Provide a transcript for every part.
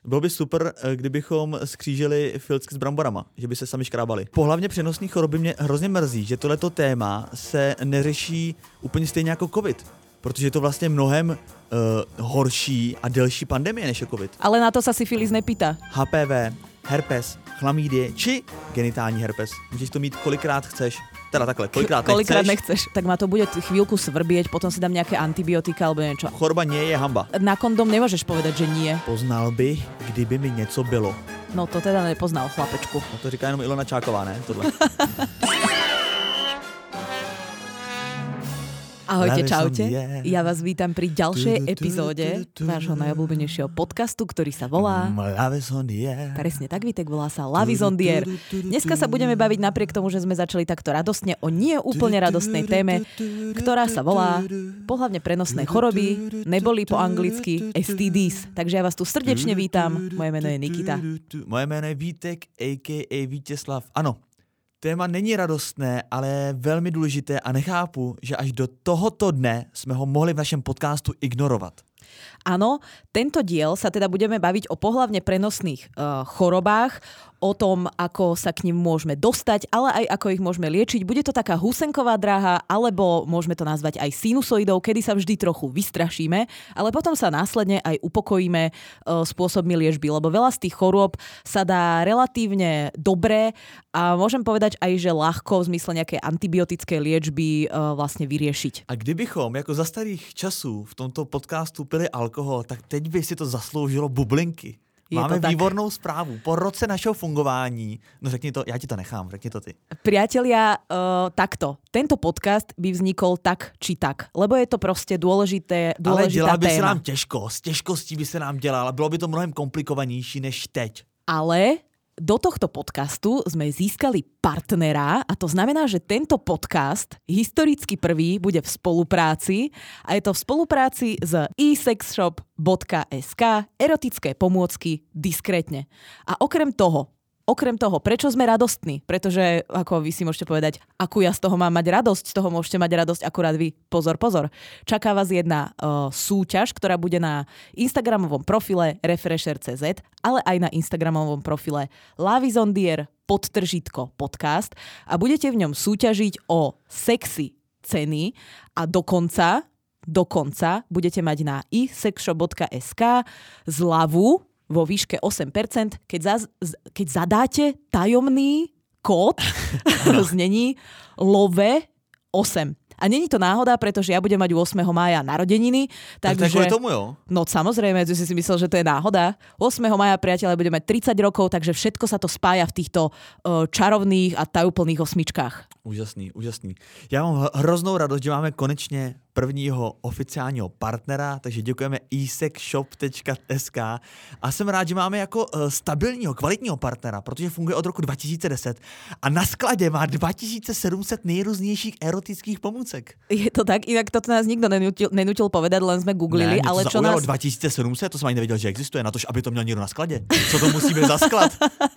Bylo by super, kdybychom skřížili filcky s bramborama, že by se sami škrábali. Pohlavně přenosné choroby mě hrozně mrzí, že tohleto téma se neřeší úplně stejně jako COVID. Protože je to vlastně mnohem horší a delší pandemie než je COVID. Ale na to sa syfilis nepýta. HPV, herpes, chlamydie či genitální herpes. Můžeš to mít kolikrát chceš. Teda takhle, kolikrát nechceš. Tak ma to bude chvíľku svrbieť, potom si dám nejaké antibiotika alebo niečo. Choroba nie je hamba. Na kondom nemôžeš povedať, že nie. Poznal bych, kdyby mi něco bylo. No to teda nepoznal, chlapečku. No to říká jenom Ilona Čáková, ne? Tohle. Ahojte, čaute. Ja vás vítam pri ďalšej epizóde vášho najobľúbenejšieho podcastu, ktorý sa volá... Presne tak, Vítek, volá sa Love is on the air. Dneska sa budeme baviť napriek tomu, že sme začali takto radostne o nie úplne radostnej téme, ktorá sa volá pohlavne prenosné choroby, neboli po anglicky STDs. Takže ja vás tu srdečne vítam. Moje meno je Nikita. Moje jméno je Vítek, a.k.a. Vítězslav. Ano. Téma není radostné, ale velmi důležité a nechápu, že až do tohoto dne jsme ho mohli v našem podcastu ignorovat. Áno, tento diel sa teda budeme baviť o pohlavne prenosných chorobách, o tom, ako sa k nim môžeme dostať, ale aj ako ich môžeme liečiť. Bude to taká húsenková dráha, alebo môžeme to nazvať aj sinusoidou, kedy sa vždy trochu vystrašíme, ale potom sa následne aj upokojíme spôsobmi liečby, lebo veľa z tých chorôb sa dá relatívne dobre a môžem povedať aj, že ľahko v zmysle nejakej antibiotickej liečby vlastne vyriešiť. A kdybychom jako za starých časů v tomto podcastu pili alkohol, tak teď by si to zasloužilo bublinky. Máme výbornou správu. Po roce našeho fungování, no řekni to, já ti to nechám, řekni to ty. Priatelia, takto. Tento podcast by vznikol tak či tak, lebo je to prostě dôležitá téma. Ale dělal by se nám těžko, s těžkostí by se nám dělal, bylo by to mnohem komplikovanější než teď. Ale do tohto podcastu sme získali partnera a to znamená, že tento podcast historicky prvý bude v spolupráci a je to v spolupráci s esexshop.sk erotické pomôcky diskrétne. A okrem toho, prečo sme radostní? Pretože, ako vy si môžete povedať, akú ja z toho mám mať radosť, z toho môžete mať radosť akurát vy. Pozor. Čaká vás jedna súťaž, ktorá bude na Instagramovom profile Refresher.cz, ale aj na Instagramovom profile Love is on the air _podcast a budete v ňom súťažiť o sexy ceny a dokonca budete mať na esexshop.sk zľavu vo výške 8%, keď zadáte tajomný kód znení LOVE8. A není to náhoda, pretože ja budem mať 8. mája narodeniny. Takže kvôli tomu, jo? No samozrejme, že si myslel, že to je náhoda. 8. mája, priateľe, budeme mať 30 rokov, takže všetko sa to spája v týchto čarovných a tajúplných osmičkách. Úžasný. Já mám hroznou radost, že máme konečně prvního oficiálního partnera, takže děkujeme esexshop.sk a jsem rád, že máme jako stabilního, kvalitního partnera, protože funguje od roku 2010 a na skladě má 2700 nejrůznějších erotických pomůcek. Je to tak, inak toto nás nikto nenutil povedať, len sme googlili, ne, ale čo nás... 2700, to som ani nevedel, že existuje, na to, aby to měl někdo na skladě. Co to musí být za sklad?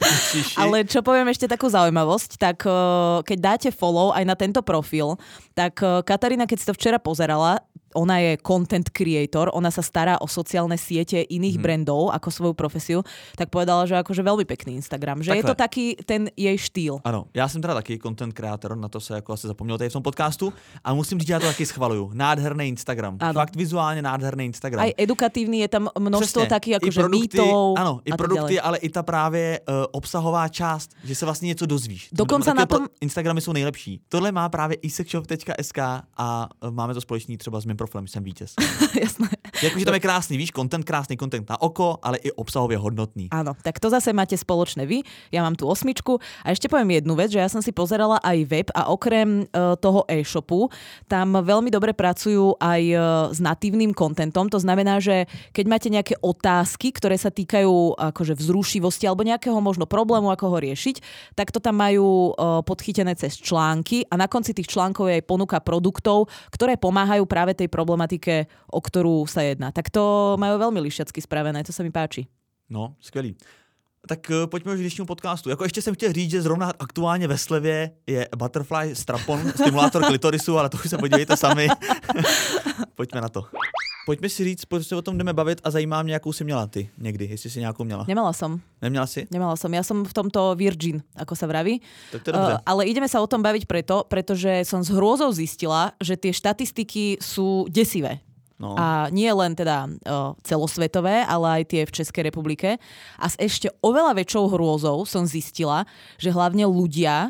Ale čo poviem ešte takú zaujímavosť, tak keď dáte follow aj na tento profil, tak Katarína, keď si to včera pozerala, ona je content creator, ona sa stará o sociálne siete iných brandov ako svoju profesiu, tak povedala, že akože veľmi pekný Instagram, že takhle. Je to taký ten jej štýl. Ano, já jsem teda taky content creator, na to se jako asi zapomněl tady v tom podcastu a musím říct, že já to taky schvaluju. Nádherný Instagram. Ano. Fakt vizuálně nádherný Instagram. Aj edukatívny, je tam množstvo takých akože mýtov. Ano, i produkty, ale i ta právě obsahová část, že se vlastně něco dozvíš. Dokonce na tom Instagramy jsou nejlepší. Tohle má právě esexshop.sk a máme to společný třeba s mým profilem, jsem vítěz. Jasné. Jakože tam je krásný, víš, krásný content na oko, ale i obsahově hodnotný. Áno, tak to zase máte spoločné vy. Ja mám tu 8 a ešte poviem jednu vec, že ja som si pozerala aj web a okrem toho e-shopu tam veľmi dobre pracujú aj s natívnym contentom. To znamená, že keď máte nejaké otázky, ktoré sa týkajú akože vzrušivosti alebo nejakého možno problému, ako ho riešiť, tak to tam majú podchytené cez články a na konci tých článkov je aj ponuka produktov, ktoré pomáhajú práve tej problematike, o ktorú sa jedná. Tak to majú veľmi lišiacky spravené, to sa mi páči. No, skvělý. Tak pojďme už k dnešnímu podcastu. Jako ještě jsem chtěl říct, že zrovna aktuálně ve slevě je Butterfly Strap-on, stimulátor klitorisu, ale to už se podívejte sami. Pojďme na to. Pojďme si říct, proč se o tom jdeme bavit a zajímá mě, jakou jsi měla ty někdy, jestli jsi nějakou měla. Nemala som. Neměla si? Nemala som. Ja som v tomto virgin, ako sa vraví. Tak to je dobře. Ale ideme sa o tom baviť pretože som s hrôzou zistila, že tie štatistiky sú desivé. No. A nie len teda celosvetové, ale aj tie v Českej republike. A s ešte oveľa väčšou hrôzou som zistila, že hlavne ľudia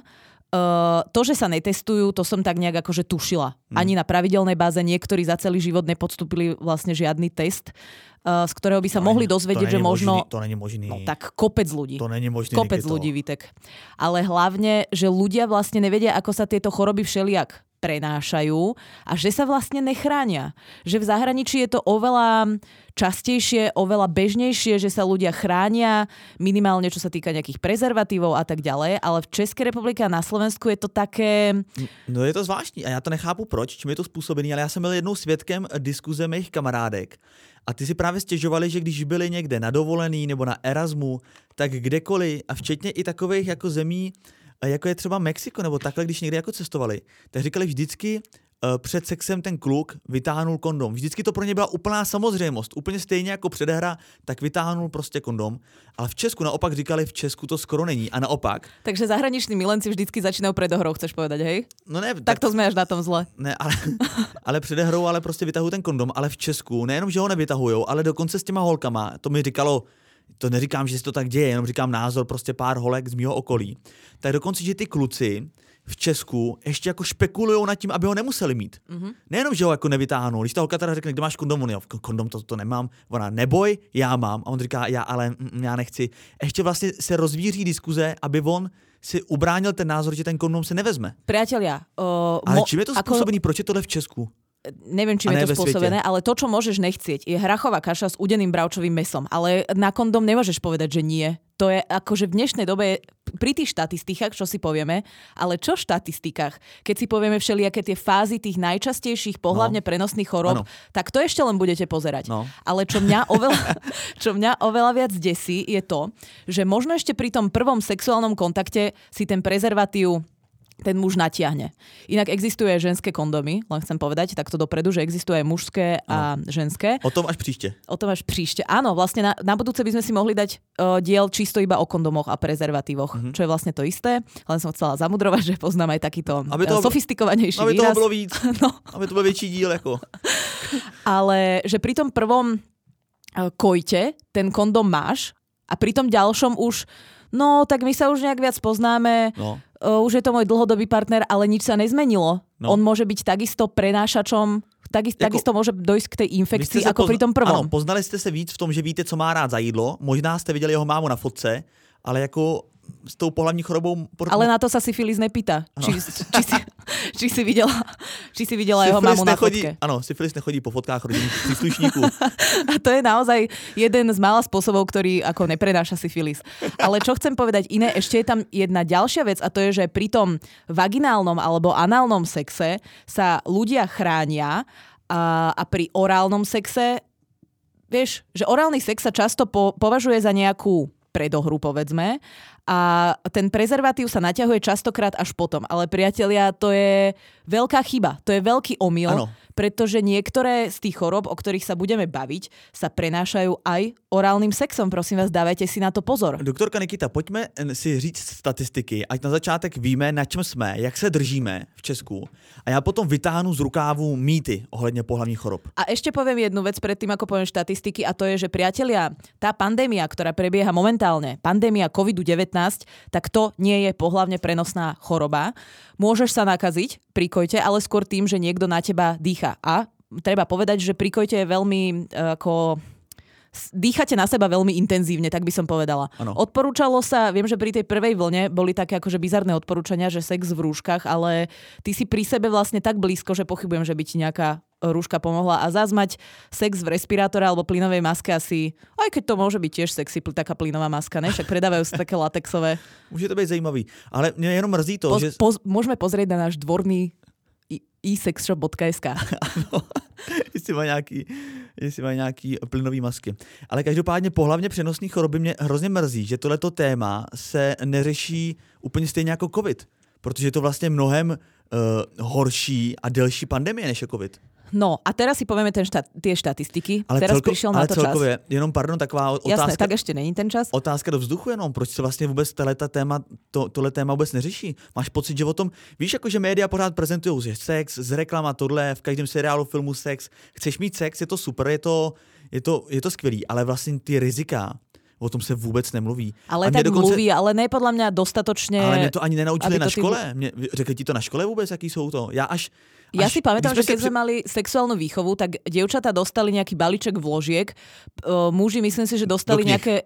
to, že sa netestujú, to som tak nejak akože tušila. Ani na pravidelnej báze niektorí za celý život nepodstúpili vlastne žiadny test, z ktorého by sa mohli dozvedieť, že možno... To není možný. No tak kopec ľudí. To není možný. Kopec ľudí, Vitek. Ale hlavne, že ľudia vlastne nevedia, ako sa tieto choroby všelijak prenášajú a že sa vlastne nechránia. Že v zahraničí je to oveľa častejšie, oveľa bežnejšie, že sa ľudia chránia, minimálne čo sa týka nejakých prezervatívov a tak ďalej, ale v Českej republike a na Slovensku je to také... No je to zvláštní a já to nechápu proč, čím je to způsobený, ale já jsem byl jednou svědkem diskuze mých kamarádek a ty si právě stěžovali, že když byli někde na dovolený nebo na Erasmu, tak kdekoliv a včetně i takových jako zemí, jako je třeba Mexiko nebo takhle, když někde jako cestovali, tak říkali vždycky před sexem ten kluk vytáhnul kondom. Vždycky to pro ně byla úplná samozřejmost. Úplně stejně jako předehra, tak vytáhnul prostě kondom. Ale v Česku naopak říkali, v Česku to skoro není. A naopak. Takže zahraniční milenci vždycky začínají predohrou, chceš povedať, hej? No ne. Tak to jsme až na tom zle. Ne, ale předehrou, ale prostě vytahují ten kondom. Ale v Česku nejenom, že ho nevytahujou, ale dokonce s těma holkama, to mi říkalo, to neříkám, že se to tak děje, jenom říkám názor prostě pár holek z mýho okolí. Tak dokonce, že ty kluci v Česku ještě jako špekulujou nad tím, aby ho nemuseli mít. Mm-hmm. Nejenom, že ho jako nevytáhnou. Když ta holka teda řekne, kde máš kondom, on jo, kondom to nemám. Ona, neboj, já mám. A on říká, já nechci. Ještě vlastně se rozvíří diskuze, aby on si ubránil ten názor, že ten kondom se nevezme. Priatelia. Ale čím je to způsobený? Proč je tohle v Česku? Neviem, čím je to spôsobené, ale to, čo môžeš nechcieť, je hrachová kaša s udeným bravčovým mesom. Ale na kondom nemôžeš povedať, že nie. To je akože v dnešnej dobe pri tých štatistikách, čo si povieme, ale čo v štatistikách? Keď si povieme všelijaké tie fázy tých najčastejších pohlavne prenosných chorób, tak to ešte len budete pozerať. No. Ale čo mňa oveľa viac desí, je to, že možno ešte pri tom prvom sexuálnom kontakte si ten prezervatív ten muž natiahne. Inak existuje ženské kondomy, len chcem povedať takto dopredu, že existuje aj mužské a ženské. O tom až príšte. Áno, vlastne na budúce by sme si mohli dať diel čisto iba o kondomoch a prezervatívoch, čo je vlastne to isté. Len som chcela zamudrovať, že poznám aj takýto sofistikovanejší výraz. Aby toho bylo víc. No. Aby to bol väčší díl. Jako. Ale že pri tom prvom kojte ten kondom máš a pri tom ďalšom už no, tak my sa už nejak viac poznáme, už je to môj dlhodobý partner, ale nič sa nezmenilo. No. On môže byť takisto prenášačom, takisto môže dojsť k tej infekcii ako pri tom prvom. Ano, poznali ste sa víc v tom, že víte, co má rád za jídlo, možná ste videli jeho mámu na fotce, ale jako s tou pohlavní chorobou... Ale na to sa syfilis nepýta. Či si videla jeho mámu na fotke. Áno, syfilis nechodí po fotkách rodinných príslušníkov. A to je naozaj jeden z mála spôsobov, ktorý ako neprenáša syfilis. Ale čo chcem povedať iné, ešte je tam jedna ďalšia vec a to je, že pri tom vaginálnom alebo análnom sexe sa ľudia chránia a pri orálnom sexe, vieš, že orálny sex sa často považuje za nejakú predohru, povedzme. A ten prezervatív sa naťahuje častokrát až potom. Ale priatelia, to je veľká chyba. To je veľký omyl, pretože niektoré z tých chorób, o ktorých sa budeme baviť, sa prenášajú aj orálnym sexom. Prosím vás, dávajte si na to pozor. Doktorka Nikita, pojďme si říct statistiky, ať na začátek víme, na čem jsme, jak se držíme v Česku. A já potom vytáhnu z rukávu mýty ohledně pohlavních chorob. A ešte poviem jednu vec predtým, ako poviem štatistiky, a to je, že priatelia, tá pandémia, ktorá prebieha momentálne, pandémia COVID-19, tak to nie je pohlavne prenosná choroba. Môžeš sa nakaziť pri kojte, ale skôr tým, že niekto na teba dýcha. A treba povedať, že pri kojte je veľmi dýchate na seba veľmi intenzívne, tak by som povedala. Ano. Odporúčalo sa, viem, že pri tej prvej vlne boli také akože bizarné odporúčania, že sex v rúškach, ale ty si pri sebe vlastne tak blízko, že pochybujem, že by ti nejaká rúška pomohla a zás mať sex v respirátore alebo plynovej maske asi, aj keď to môže byť tiež sexy, taká plynová maska, ne? Však predávajú sa také latexové. Může to být zajímavý, ale mě jenom mrzí to, že... Môžeme pozrieť na náš dvorný esexshop.sk. Ano, jestli má nějaký plynový masky. Ale každopádně pohlavně přenosný choroby mě hrozně mrzí, že tohleto téma se neřeší úplně stejně jako COVID, protože je to vlastně mnohem horší a delší pandemie než je COVID. No a teraz si povieme tie štatistiky. Ale teraz prišiel na to celkově, čas. jenom pardon, taková otázka. Jasné, tak ešte není ten čas. Otázka do vzduchu jenom, proč se vlastně vůbec tohle téma vůbec neřeší? Máš pocit, že o tom, víš, jako že média pořád prezentují, že sex, z reklama tohle, v každém seriálu, filmu sex, chceš mít sex, je to super, je to skvělý, ale vlastně ty rizika, o tom se vůbec nemluví. Ale tak mluví, ale ne podľa mňa dostatočne... Ale mě to ani nenaučili na škole. Řekli ti to na škole vůbec, jaký jsou to? Ja si pamätám, že keď sme mali sexuálnu výchovu, tak dievčatá dostali nejaký balíček vložiek, muži myslím si, že dostali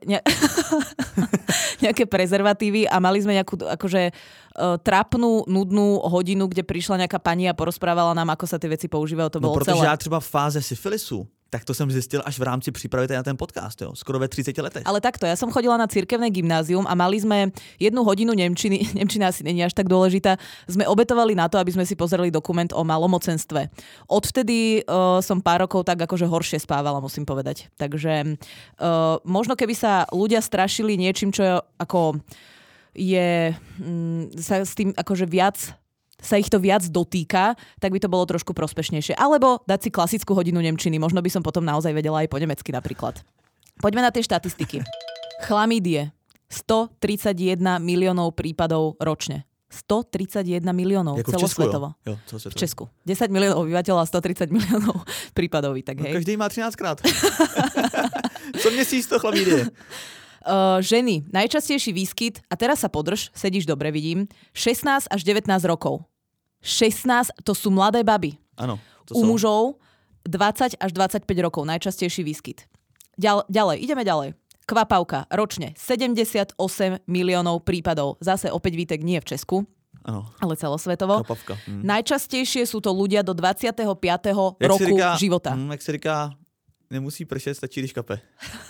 nejaké prezervatívy a mali sme nejakú akože trápnu, nudnú hodinu, kde prišla nejaká pani a porozprávala nám, ako sa tie veci používajú. To bolo protože celé. já třeba v fáze syfilisu, tak to jsem zjistil až v rámci přípravy na ten podcast, jo, skoro ve 30 letech. Ale takto, ja som chodila na cirkevné gymnázium a mali sme 1 hodinu nemčiny, nemčina asi není až tak dôležitá, sme obetovali na to, aby sme si pozreli dokument o malomocenstve. Odvtedy som pár rokov tak akože horšie spávala, musím povedať. Takže možno keby sa ľudia strašili niečím, čo ako je sa s tým akože viac sa ich to viac dotýka, tak by to bolo trošku prospešnejšie. Alebo dať si klasickú hodinu nemčiny. Možno by som potom naozaj vedela aj po nemecky napríklad. Poďme na tie štatistiky. Chlamídie. 131 miliónov prípadov ročne. 131 miliónov jako celosvetovo. Jo, v Česku. 10 miliónov obyvateľov a 130 miliónov prípadov. Tak hej. Každý má 13krát. Co měsíc to chlamídie? Ženy, najčastejší výskyt, a teraz sa podrž, sedíš dobre, vidím, 16 až 19 rokov. 16, to sú mladé baby. Áno. U mužov 20 až 25 rokov, najčastejší výskyt. Ďalej, ideme ďalej. Kvapavka, ročne 78 miliónov prípadov. Zase opäť Vítek nie v Česku, ale celosvetovo. Kvapavka. Najčastejšie sú to ľudia do 25. roku života. Jak se říká, nemusí pršet, stačí, když kape.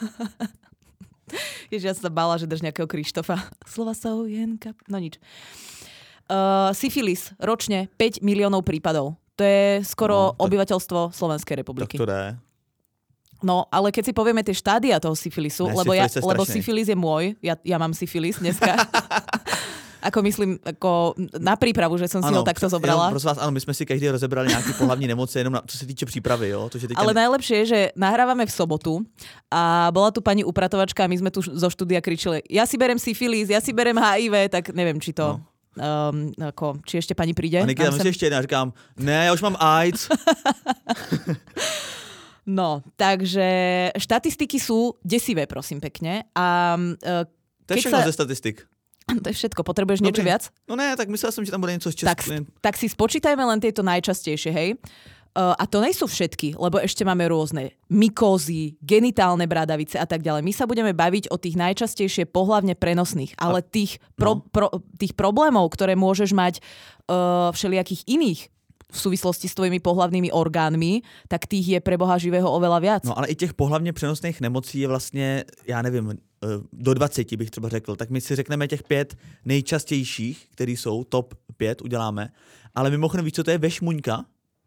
Ježiš, ja som sa bála, že drž nejakého Krištofa. Slova sú jen kap... No nič. Syfilis, ročne 5 miliónov prípadov. To je skoro obyvateľstvo Slovenskej republiky. Tak to jde. No, ale keď si povieme tie štádia toho syfilisu, lebo syfilis je môj, ja mám syfilis dneska. Ako myslím, ako na prípravu, že som si ho takto zobrala. Prosím vás, áno, my sme si každý rozebrali nejaké pohlavní nemoce, jenom co sa týče prípravy, jo. To, že ale najlepšie je, že nahrávame v sobotu a bola tu pani upratovačka a my sme tu zo štúdia kričili, ja si berem syfilis, ja si berem HIV, tak neviem, či to... či ešte pani príde. A Nikita, my si ešte jedna, říkám, ne, ja už mám AIDS. No, takže štatistiky sú desivé, prosím pekne. A to je všechno ze statistik. To je všetko. Potrebuješ niečo viac? No ne, tak myslel som, že tam bude niečo z Česku. Tak si spočítajme len tieto najčastejšie, hej? A to nie sú všetky, lebo ešte máme rôzne mykózy, genitálne bradavice a tak ďalej. My sa budeme baviť o tých najčastejšie pohlavne prenosných, ale tých problémov, ktoré môžeš mať všelijakých iných v súvislosti s tvojimi pohlavnými orgánmi, tak tých je pre Boha živého oveľa viac. No ale i těch pohlavně přenosných nemocí je vlastně, já nevím, do 20 bych třeba řekl, tak my si řekneme těch 5 nejčastějších, který jsou top 5, uděláme. Ale mimochodem, víš, co to je vešmuňka?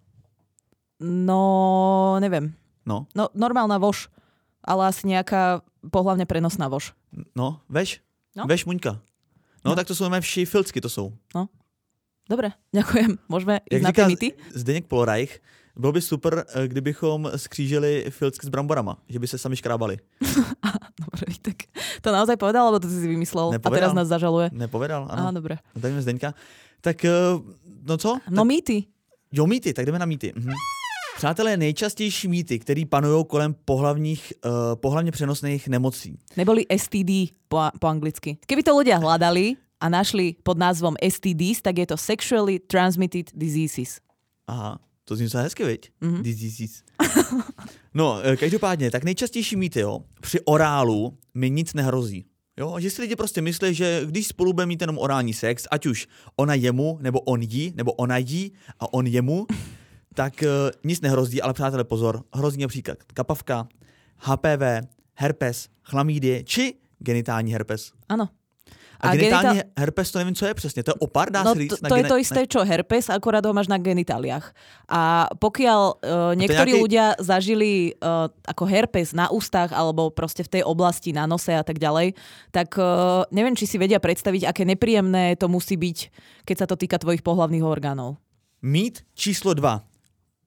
No, neviem. No, normálna vož, ale asi nejaká pohlavne prenosná vož. No, No. vešmuňka. No, tak to jsou vši filcky, to jsou. No. Dobre, ďakujem. Môžeme ísť na tie mýty? Zdeněk Polreich, bylo by super, kdybychom skřížili filcky s bramborama, že by se sami škrábali. Dobre, tak to naozaj povedal, alebo to si vymyslel? Nepovedal. A teraz nás zažaluje? Nepovedal, ano. Aha, dobre. Zdravíme Zdeňka. Tak, no co? No mýty. Jo, mýty, tak jdeme na mýty. Přátelé, nejčastější mýty, který panují kolem pohlavně přenosných nemocí. Neboli STD po anglicky. Keby to ľudia hľadali a našli pod názvom STDs, tak je to Sexually Transmitted Diseases. Aha, to zní se hezky, viď? Diseases. No, každopádně, tak nejčastější mýty, jo, při orálu mi nic nehrozí. Jo, že si lidi prostě myslí, že když spolu bude mít jenom orální sex, ať už ona jemu, nebo on jí, nebo ona jí a on jemu, tak nic nehrozí, ale přátelé, pozor, hrozí například kapavka, HPV, herpes, chlamídie či genitální herpes. Áno. A genitální herpes, to nevím, co je přesně. To je opar, dá se říct? To je to isté, čo herpes, akorát ho máš na genitáliách. A pokiaľ niektorí ľudia zažili ako herpes na ústach alebo proste v tej oblasti na nose a tak ďalej, tak neviem, či si vedia predstaviť, aké nepríjemné to musí byť, keď sa to týka tvojich pohlavných orgánov. Mýt číslo 2.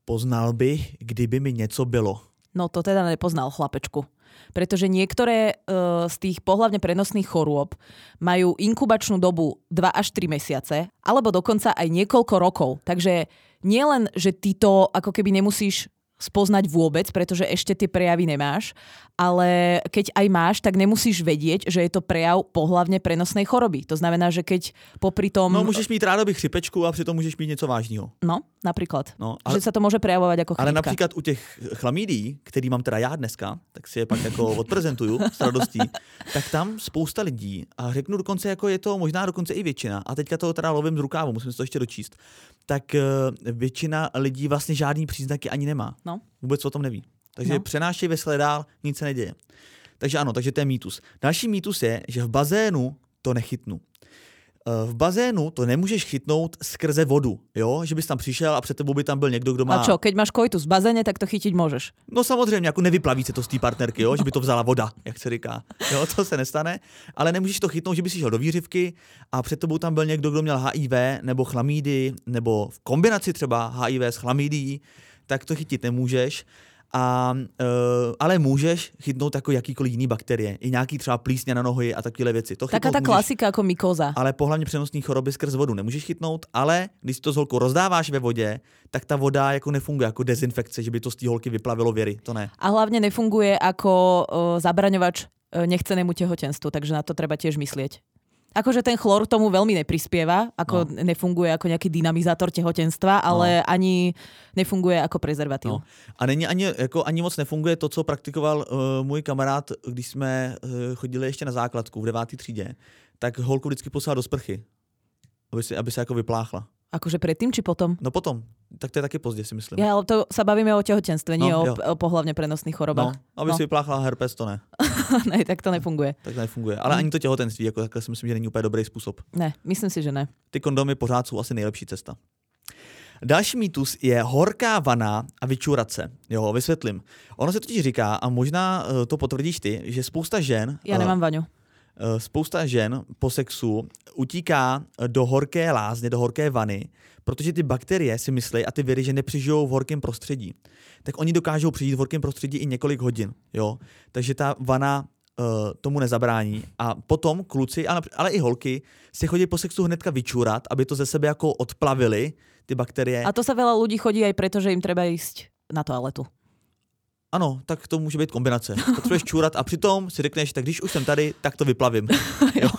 Poznal bych, kdyby mi něco bylo. No to teda nepoznal, chlapečku. Pretože niektoré z tých pohlavne prenosných chorôb majú inkubačnú dobu 2 až 3 mesiace, alebo dokonca aj niekoľko rokov. Takže nie len, že ty to ako keby nemusíš spoznať vôbec, pretože ešte tie prejavy nemáš, ale keď aj máš, tak nemusíš vedieť, že je to prejav pohlavne prenosnej choroby. To znamená, že keď popri tom... No můžeš mít rádoby chřipečku a přitom můžeš mít něco vážného. No, napríklad. No, ale... Že sa to môže prejavovať ako chrípka. Ale například u těch chlamídií, který mám teda já dneska, tak si je pak jako odprezentuju s radostí, tak tam spousta lidí a řeknu dokonce, jako je to možná dokonce i většina, a teďka toho teda lovím z rukávu, musím si to ještě dočíst, tak většina lidí vlastně žádný příznaky ani nemá. No. Vůbec o tom neví. Takže přenášej vesle dál, nic se neděje. Takže ano, takže to je mýtus. Další mýtus je, že v bazénu to nechytnu. V bazénu to nemůžeš chytnout skrze vodu, jo? Že bys tam přišel a před tebou by tam byl někdo, kdo má... A čo, keď máš koitus v bazéne, tak to chytiť môžeš? No samozřejmě, jako nevyplaví se to z té partnerky, jo? Že by to vzala voda, jak se říká. Jo, to se nestane, ale nemůžeš to chytnout, že bys šel do výřivky a před tebou tam byl někdo, kdo měl HIV nebo chlamídy, nebo v kombinaci třeba HIV s chlamídií, tak to chytit nemůžeš. Ale můžeš chytnout jako jakýkoliv jiný bakterie. I nějaký třeba plísně na nohy a takové věci. To taká tá klasika jako mykoza. Ale pohlavně přenosné choroby skrz vodu nemůžeš chytnout, ale když to z holkou rozdáváš ve vodě, tak ta voda jako nefunguje jako dezinfekce, že by to z té holky vyplavilo věry. To ne. A hlavně nefunguje jako zabraňovač nechcenému tehotenstvu, takže na to treba tiež myslieť. Akože ten chlor tomu veľmi neprispieva, ako nefunguje ako nejaký dynamizátor tehotenstva, ale ani nefunguje ako prezervatív. No. A není ani moc nefunguje to, co praktikoval můj kamarád, když jsme chodili ještě na základku v 9. třídě, tak holku vždycky poslal do sprchy, aby se jako vypláchla. Akože predtým či potom? No potom. Tak to je taky pozdě, si myslím. Ja, ale to sa bavíme o tehotenstve, nie o pohlavne prenosných chorobách. No, aby si vypláchla herpes, to ne. Ne, tak to nefunguje. Tak to nefunguje. Ale ani to těhotenství, jako takhle si myslím, že není úplně dobrý způsob. Ne, myslím si, že ne. Ty kondomy pořád jsou asi nejlepší cesta. Další mýtus je horká vana a vyčůrat se. Jo, vysvětlím. Ono se totiž říká, a možná to potvrdíš ty, že spousta žen... Já nemám vaňu. Spousta žen po sexu utíká do horké lázně, do horké vany, protože ty bakterie si myslí a ty viry, že nepřežijou v horkém prostředí. Tak oni dokážou přežít v horkém prostředí i několik hodin. Jo? Takže ta vana tomu nezabrání. A potom kluci, ale i holky si chodí po sexu hnedka vyčúrat, aby to ze sebe jako odplavili ty bakterie. A to sa veľa ľudí chodí aj preto, že im treba ísť na toaletu. Ano, tak to může být kombinace. Potřebuješ čůrat a přitom si řekneš, tak když už jsem tady, tak to vyplavím. Jo.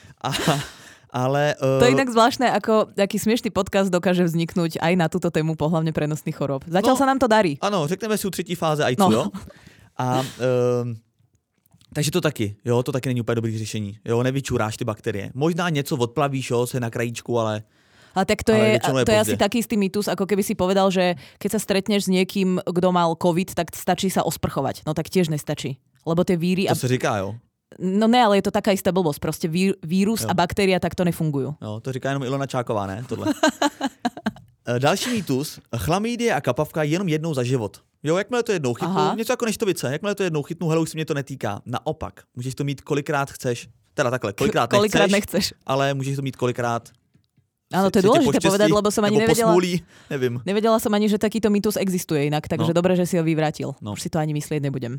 Ale, to je inak zvláštne, ako aký smiešný podcast dokáže vzniknúť aj na túto tému pohlavne prenosných chorób. Zatiaľ sa nám to darí. Ano, řekneme si u třetí fáze ajcu, jo? A takže to taky, jo, to taky není úplně dobrý řešení. Jo, nevyčuráš ty bakterie. Možná něco odplavíš, jo, se na krajíčku, ale... A tak to je asi taký istý mýtus, ako keby si povedal, že keď sa stretneš s niekým, kto mal COVID, tak stačí sa osprchovať. No tak tiež nestačí. Lebo tie víry... To se říká, jo? No ne, ale je to taká istá blbosť. Proste vírus a baktéria takto nefungujú. Jo, to říká jenom Ilona Čáková, ne? Tohle. Další mýtus. Chlamydie a kapavka jenom jednou za život. Jo, jakmile to jednou chytnu, něco jako neštovice, jakmile to jednou chytnu, hele, už se mě to netýká. Naopak, můžeš to mít kolikrát chceš. Teda takhle, kolikrát nechceš, ale můžeš to mít kolikrát. Áno, to je dôležité povedať, lebo som ani nevedela. Neviem. Nevedela som ani, že takýto mýtus existuje inak, takže dobre, že si ho vyvrátil. Už si to ani myslieť nebudem.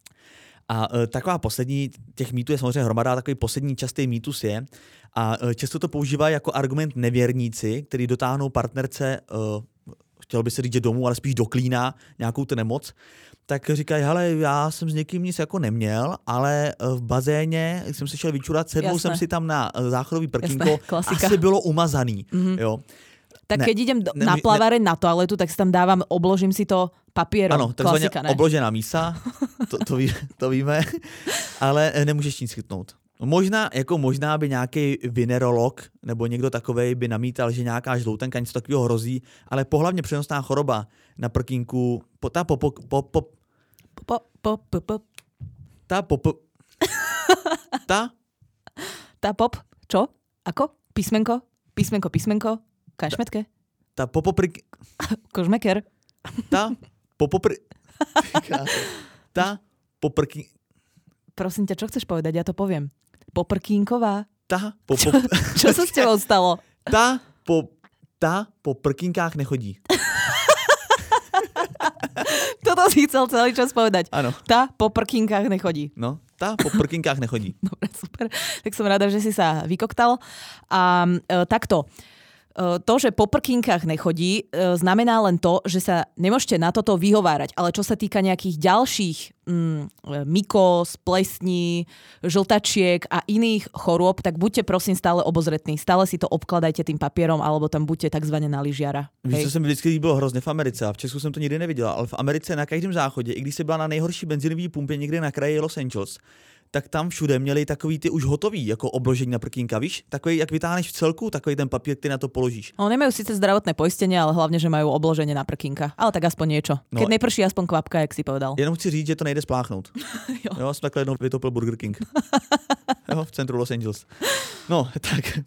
A taková poslední, těch mýtů je samozřejmě hromada, takový poslední častý mýtus je, a často to používají jako argument nevěrníci, který dotáhnou partnerce, chtěl by se říct, že domů, ale spíš do klína nějakou tu nemoc, tak říkají, hele, já jsem s někým nic jako neměl, ale v bazéně jsem se šel vyčurat, sednul jsem si tam na záchodový prkínko, asi bylo umazaný. Mm-hmm. Jo. Tak keď idem na plaváreň na toaletu, tak si tam dávam, obložím si to papierom. Ano, takzvaně obložená mísa, to víme, ale nemůžeš nic chytnout. Možná by nějaký vinerolog nebo někdo takovej by namítal, že nějaká žloutenka něco takového hrozí, ale pohlavně přenosná choroba na prkínku, čo? Ako? Písmenko? Kašmetke? Kožmeker? Prosím ťa, čo chceš povedať? Ja to poviem. Poprkínková? Čo sa s tebou stalo? Ta po prkínkách nechodí. Toto si chcel celý čas povedať. Ano. Tá po prkinkách nechodí. No, tá po prkinkách nechodí. Dobre, super. Tak som rada, že si sa vykoktal. A takto. To, že po prkinkách nechodí, znamená len to, že sa nemôžete na toto vyhovárať. Ale čo sa týka nejakých ďalších mykóz, plesní, žltačiek a iných chorôb, tak buďte prosím stále obozretní. Stále si to obkladajte tým papierom, alebo tam buďte takzvaně na lyžiara. Víš, co se mi vždycky líbilo hrozně v Americe, a v Česku jsem to nikdy neviděla, ale v Americe na každém záchodě, i když jsi byla na nejhorší benzinový pumpě někde na kraji Los Angeles, tak tam všude měli takový ty už hotový jako obložení na prkínka, víš? Takový, jak vytáhneš v celku, takový ten papír, ty na to položíš. No, nemajú síce zdravotné poistenie, ale hlavne, že majú obloženie na prkínka. Ale tak aspoň niečo. No, keď neprší, aspoň kvapka, jak si povedal. Jenom chci říct, že to nejde spláchnout. Jo, jsem takhle jednou vytopil Burger King. Jo, v centru Los Angeles. No, tak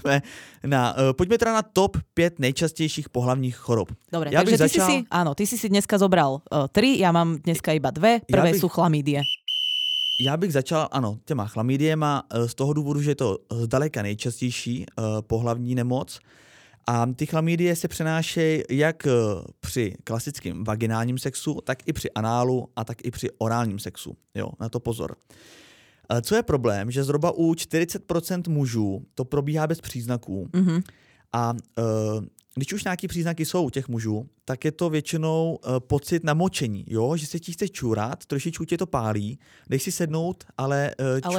pojďme teda na top 5 nejčastějších pohlavních chorob. Dobre, takže ty si dneska zobral 3, já mám dneska iba 2. Prvé sú chlamídie. Já bych začal, těma chlamydiema z toho důvodu, že je to zdaleka nejčastější pohlavní nemoc. A ty chlamydie se přenášejí jak při klasickém vaginálním sexu, tak i při análu a tak i při orálním sexu. Jo, na to pozor. Co je problém, že zhruba u 40% mužů to probíhá bez příznaků. Mm-hmm. A když už nějaký příznaky jsou u těch mužů, tak je to většinou pocit namočení, jo? Že se ti chce čůrat, trošičku tě to pálí, jdeš si sednout, ale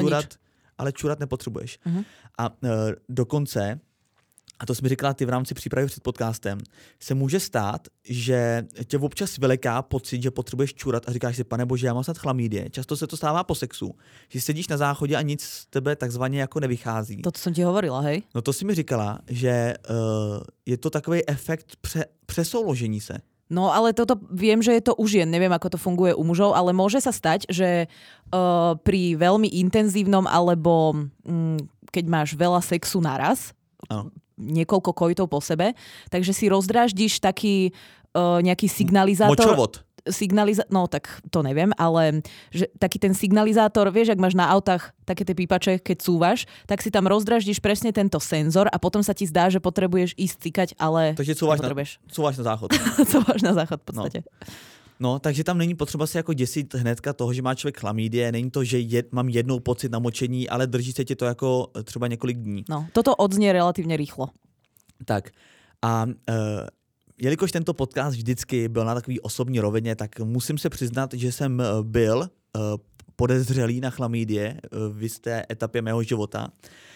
čůrat nepotřebuješ. Mm-hmm. A dokonce, a to jsi mi říkala ty v rámci přípravy před podcastem, se může stát, že tě občas vyleká pocit, že potřebuješ čůrat a říkáš si, pane bože, já mám snad chlamydie. Často se to stává po sexu, že sedíš na záchodě a nic z tebe takzvaně jako nevychází. To jsem ti hovorila, hej? No to si mi říkala, že je to takový efekt přesouložení se. No ale toto viem, že je to u žien, neviem ako to funguje u mužov, ale môže sa stať, že pri veľmi intenzívnom alebo keď máš veľa sexu naraz, niekoľko kojtov po sebe, takže si rozdráždíš taký nejaký signalizátor. Močovod. No tak to neviem, ale že taký ten signalizátor, vieš, ak máš na autách také tie pípače, keď cúvaš, tak si tam rozdraždíš presne tento senzor a potom sa ti zdá, že potrebuješ ísť cykať, ale takže cúvaš na záchod. Cúvaš na záchod v podstate. No, takže tam není potřeba si jako děsit hnedka toho, že má člověk chlamydie, není to, že mám jednou pocit namočení, ale drží se ti to jako třeba několik dní. No, toto odznie relatívne rýchlo. Tak a jelikož tento podcast vždycky byl na takový osobní rovině, tak musím se přiznat, že jsem byl podezřelý na chlamydie v jisté etapě mého života.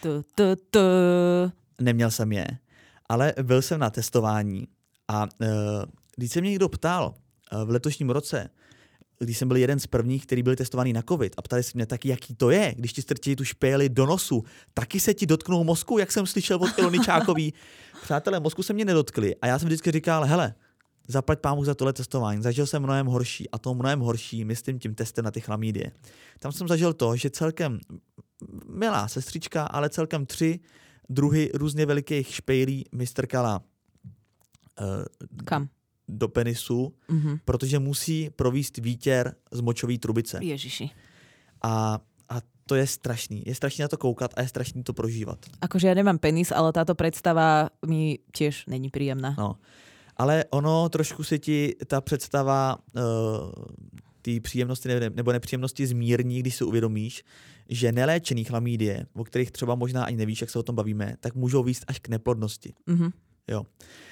Neměl jsem je, ale byl jsem na testování a když se mě někdo ptal v letošním roce, když jsem byl jeden z prvních, který byl testovaný na covid a ptali se mě taky, jaký to je, když ti strčí tu špéli do nosu, taky se ti dotknou mozku, jak jsem slyšel od Ilony Čákový. Přátelé, mozku se mě nedotkli a já jsem vždycky říkal, hele, zaplať pámu za tohle testování, zažil jsem mnohem horší a to mnohem horší, myslím tím testem na ty chlamydie. Tam jsem zažil to, že celkem milá sestřička, ale celkem 3 druhy různě velikých špejlí mi strkala kam? Do penisu, protože musí provést výtěr z močové trubice. Ježiši. A to je strašný. Je strašný na to koukat a je strašný to prožívat. Akože ja nemám penis, ale táto predstava mi tiež není príjemná. No. Ale ono trošku se ti ta představa té příjemnosti nebo nepříjemnosti zmírní, když si uvědomíš, že neléčený chlamydie, o kterých třeba možná ani nevíš, jak se o tom bavíme, tak můžou vést až k neplodnosti. Mm-hmm. Jo.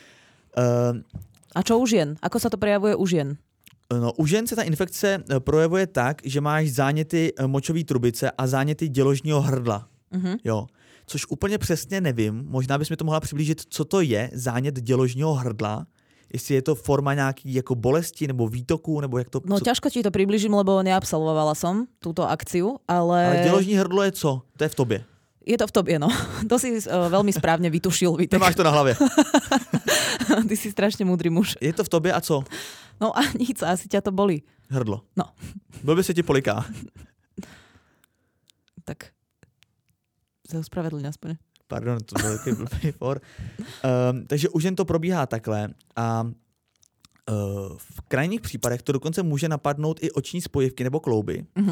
A čo u žien? Ako sa to prejavuje u žien? No, u žen se ta infekce projevuje tak, že máš záněty močové trubice a záněty děložního hrdla. Mm-hmm. Jo. Což úplně přesně nevím, možná bys mi to mohla přiblížit, co to je zánět děložního hrdla, jestli je to forma nějaký jako bolesti nebo výtoku, nebo jak to... No ťažko ti to približím, lebo neabsolvovala som túto akciu, ale... Ale děložní hrdlo je co? To je v tobě. Je to v tobě, no. To si veľmi správne vytušil. Nemáš to na hlavě. Ty si strašne múdry muž. Je to v tobě a co? No a nic, asi ťa to bolí. Hrdlo. No. Blbě se ti poliká. Tak se ospravedlň aspoň. Pardon, to byl takový blbý for. Takže už jen to probíhá takhle a v krajních případech to dokonce může napadnout i oční spojivky nebo klouby. Mm-hmm.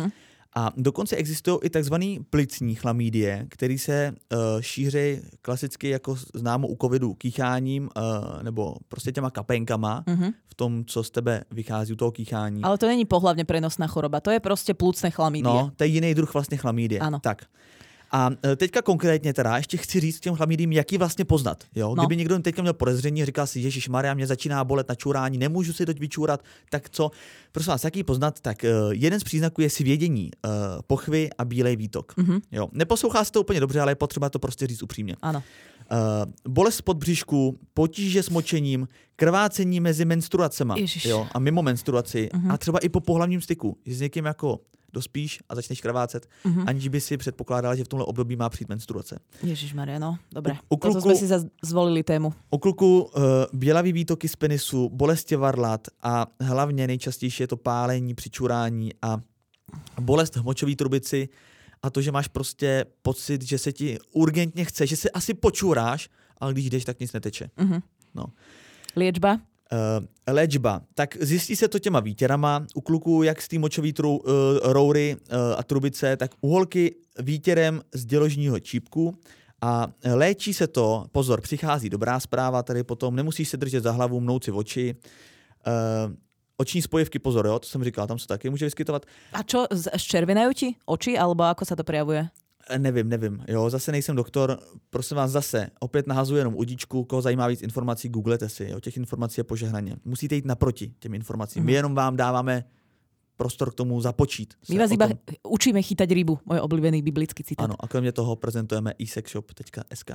A dokonce existují i takzvaný plicní chlamydie, který se šíří klasicky jako známo u covidu kýcháním nebo prostě těma kapénkama v tom, co z tebe vychází u toho kýchání. Ale to není pohlavně prenosná choroba, to je prostě plúcne chlamydie. No, to je jiný druh vlastně chlamydie. Ano. Tak. A teďka konkrétně teda ještě chci říct těm chlamydím, jak ji vlastně poznat. Jo? Kdyby někdo teďka měl podezření, říkal si, ježišmarja, mě začíná bolet na čurání, nemůžu si to vyčůrat, tak co? Prosím vás, jak ji poznat? Tak jeden z příznaků je svědění pochvy a bílej výtok. Jo? Neposlouchá se to úplně dobře, ale je potřeba to prostě říct upřímně. Ano. Bolest pod břišku, potíže s močením, krvácení mezi menstruacema jo? A mimo menstruaci a třeba i po pohlavním styku. S někým jako dospíš a začneš krvácet, aniž by si předpokládala, že v tomhle období má přijít menstruace. Ježišmarja, no, dobre. Kluku, toto sme si zvolili tému. U kluku bělavý výtoky z penisu, bolesti varlat a hlavně nejčastější je to pálení při čurání a bolest v močové trubici a to, že máš prostě pocit, že se ti urgentně chce, že se asi počuráš, ale když jdeš, tak nic neteče. No. Liečba? Léčba. Tak zjistí se to těma výtěrama. U kluků, jak z té močové roury a trubice, tak u holky výtěrem z děložního čípku. A léčí se to, pozor, přichází dobrá zpráva, tady potom nemusíš se držet za hlavu, mnout si v oči. Oční spojivky, pozor, jo, to jsem říkal, tam se taky může vyskytovat. A čo, zčervenajú ti oči, alebo ako sa to prejavuje? Nevím, jo, zase nejsem doktor, prosím vás zase, opět nahazuji jenom udíčku, koho zajímá víc informací, googlete si, jo, těch informací je požehnaně. Musíte jít naproti těm informacím, my jenom vám dáváme prostor k tomu započít. My vás iba učíme chytať rybu, môj oblíbený biblický citát. Ano, a kromě toho prezentujeme isexshop.sk.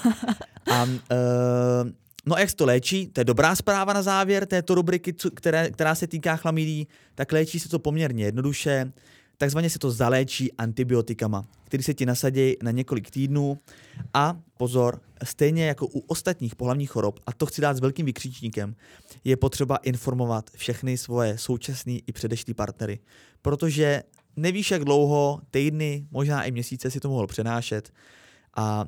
No a jak se to léčí? To je dobrá zpráva na závěr této rubriky, která se týká chlamydí, tak léčí se to poměrně jednoduše. Takzvaně se to zaléčí antibiotikama, které se ti nasadí na několik týdnů a pozor, stejně jako u ostatních pohlavních chorob, a to chci dát s velkým vykřičníkem, je potřeba informovat všechny svoje současné i předešlý partnery, protože nevíš, jak dlouho, týdny, možná i měsíce si to mohl přenášet a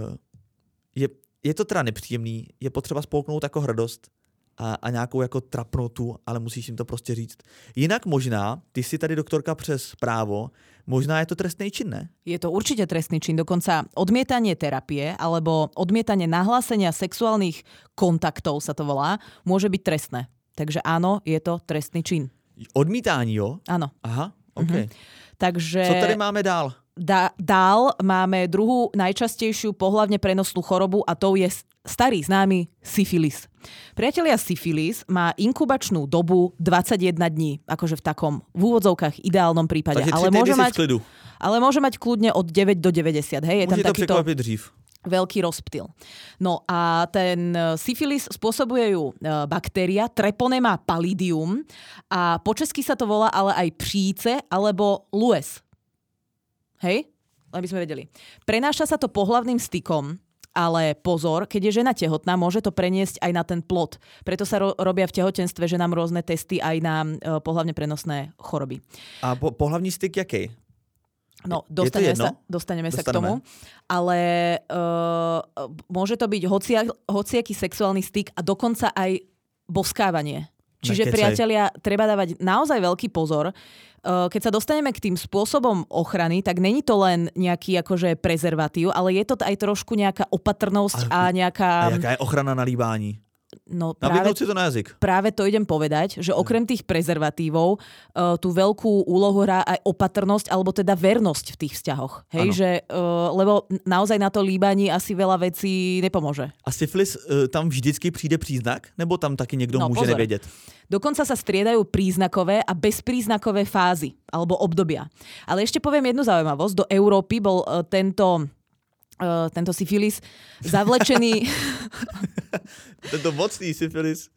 je to teda nepříjemný, je potřeba spolknout jako hrdost a nějakou jako trapnotu, ale musíš jim to prostě říct. Jinak možná, ty si tady doktorka přes právo, možná je to trestný čin, ne? Je to určite trestný čin, dokonca odmietanie terapie alebo odmietanie nahlásenia sexuálnych kontaktov sa to volá, môže byť trestné. Takže áno, je to trestný čin. Odmítání, jo? Áno. Aha, OK. Takže co tady máme dál? Dál máme druhú najčastejšiu pohlavne prenosnú chorobu a to je starý známy syfilis. Priatelia, syfilis má inkubačnú dobu 21 dní, akože v takom v úvodzovkách ideálnom prípade. Takže ale môže mať kľudne od 9 do 90. Hej? Je môže tam to překvapit dřív. Veľký rozptyl. No a ten syfilis spôsobuje ju baktéria Treponema pallidum a po česky sa to volá ale aj příce alebo lues. Hej? Aby sme vedeli. Prenáša sa to pohlavným stykom, ale pozor, keď je žena tehotná, môže to preniesť aj na ten plod. Preto sa robia v tehotenstve ženám rôzne testy aj na pohlavne prenosné choroby. A pohlavní styk jaký? No, dostaneme sa k tomu. Ale môže to byť hociaký sexuálny styk a dokonca aj boskávanie. Čiže, priatelia, treba dávať naozaj veľký pozor. Keď sa dostaneme k tým spôsobom ochrany, tak není to len nejaký akože prezervatív, ale je to aj trošku nejaká opatrnosť a nejaká... A jaká je ochrana na líbání? No, Nabídnout si to na jazyk. Práve to idem povedať, že okrem tých prezervatívov tú veľkú úlohu hrá aj opatrnosť alebo teda vernosť v tých vzťahoch. Hej, že, lebo naozaj na to líbání asi veľa vecí nepomôže. A syfilis tam vždycky přijde příznak? Nebo tam taky někdo může nevědět? Dokonca sa striedajú príznakové a bezpríznakové fázy alebo obdobia. Ale ešte poviem jednu zaujímavosť. Do Európy bol tento syfilis zavlečený... Tento mocný syfilis.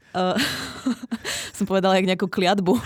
Som povedala jak nejakú kliatbu.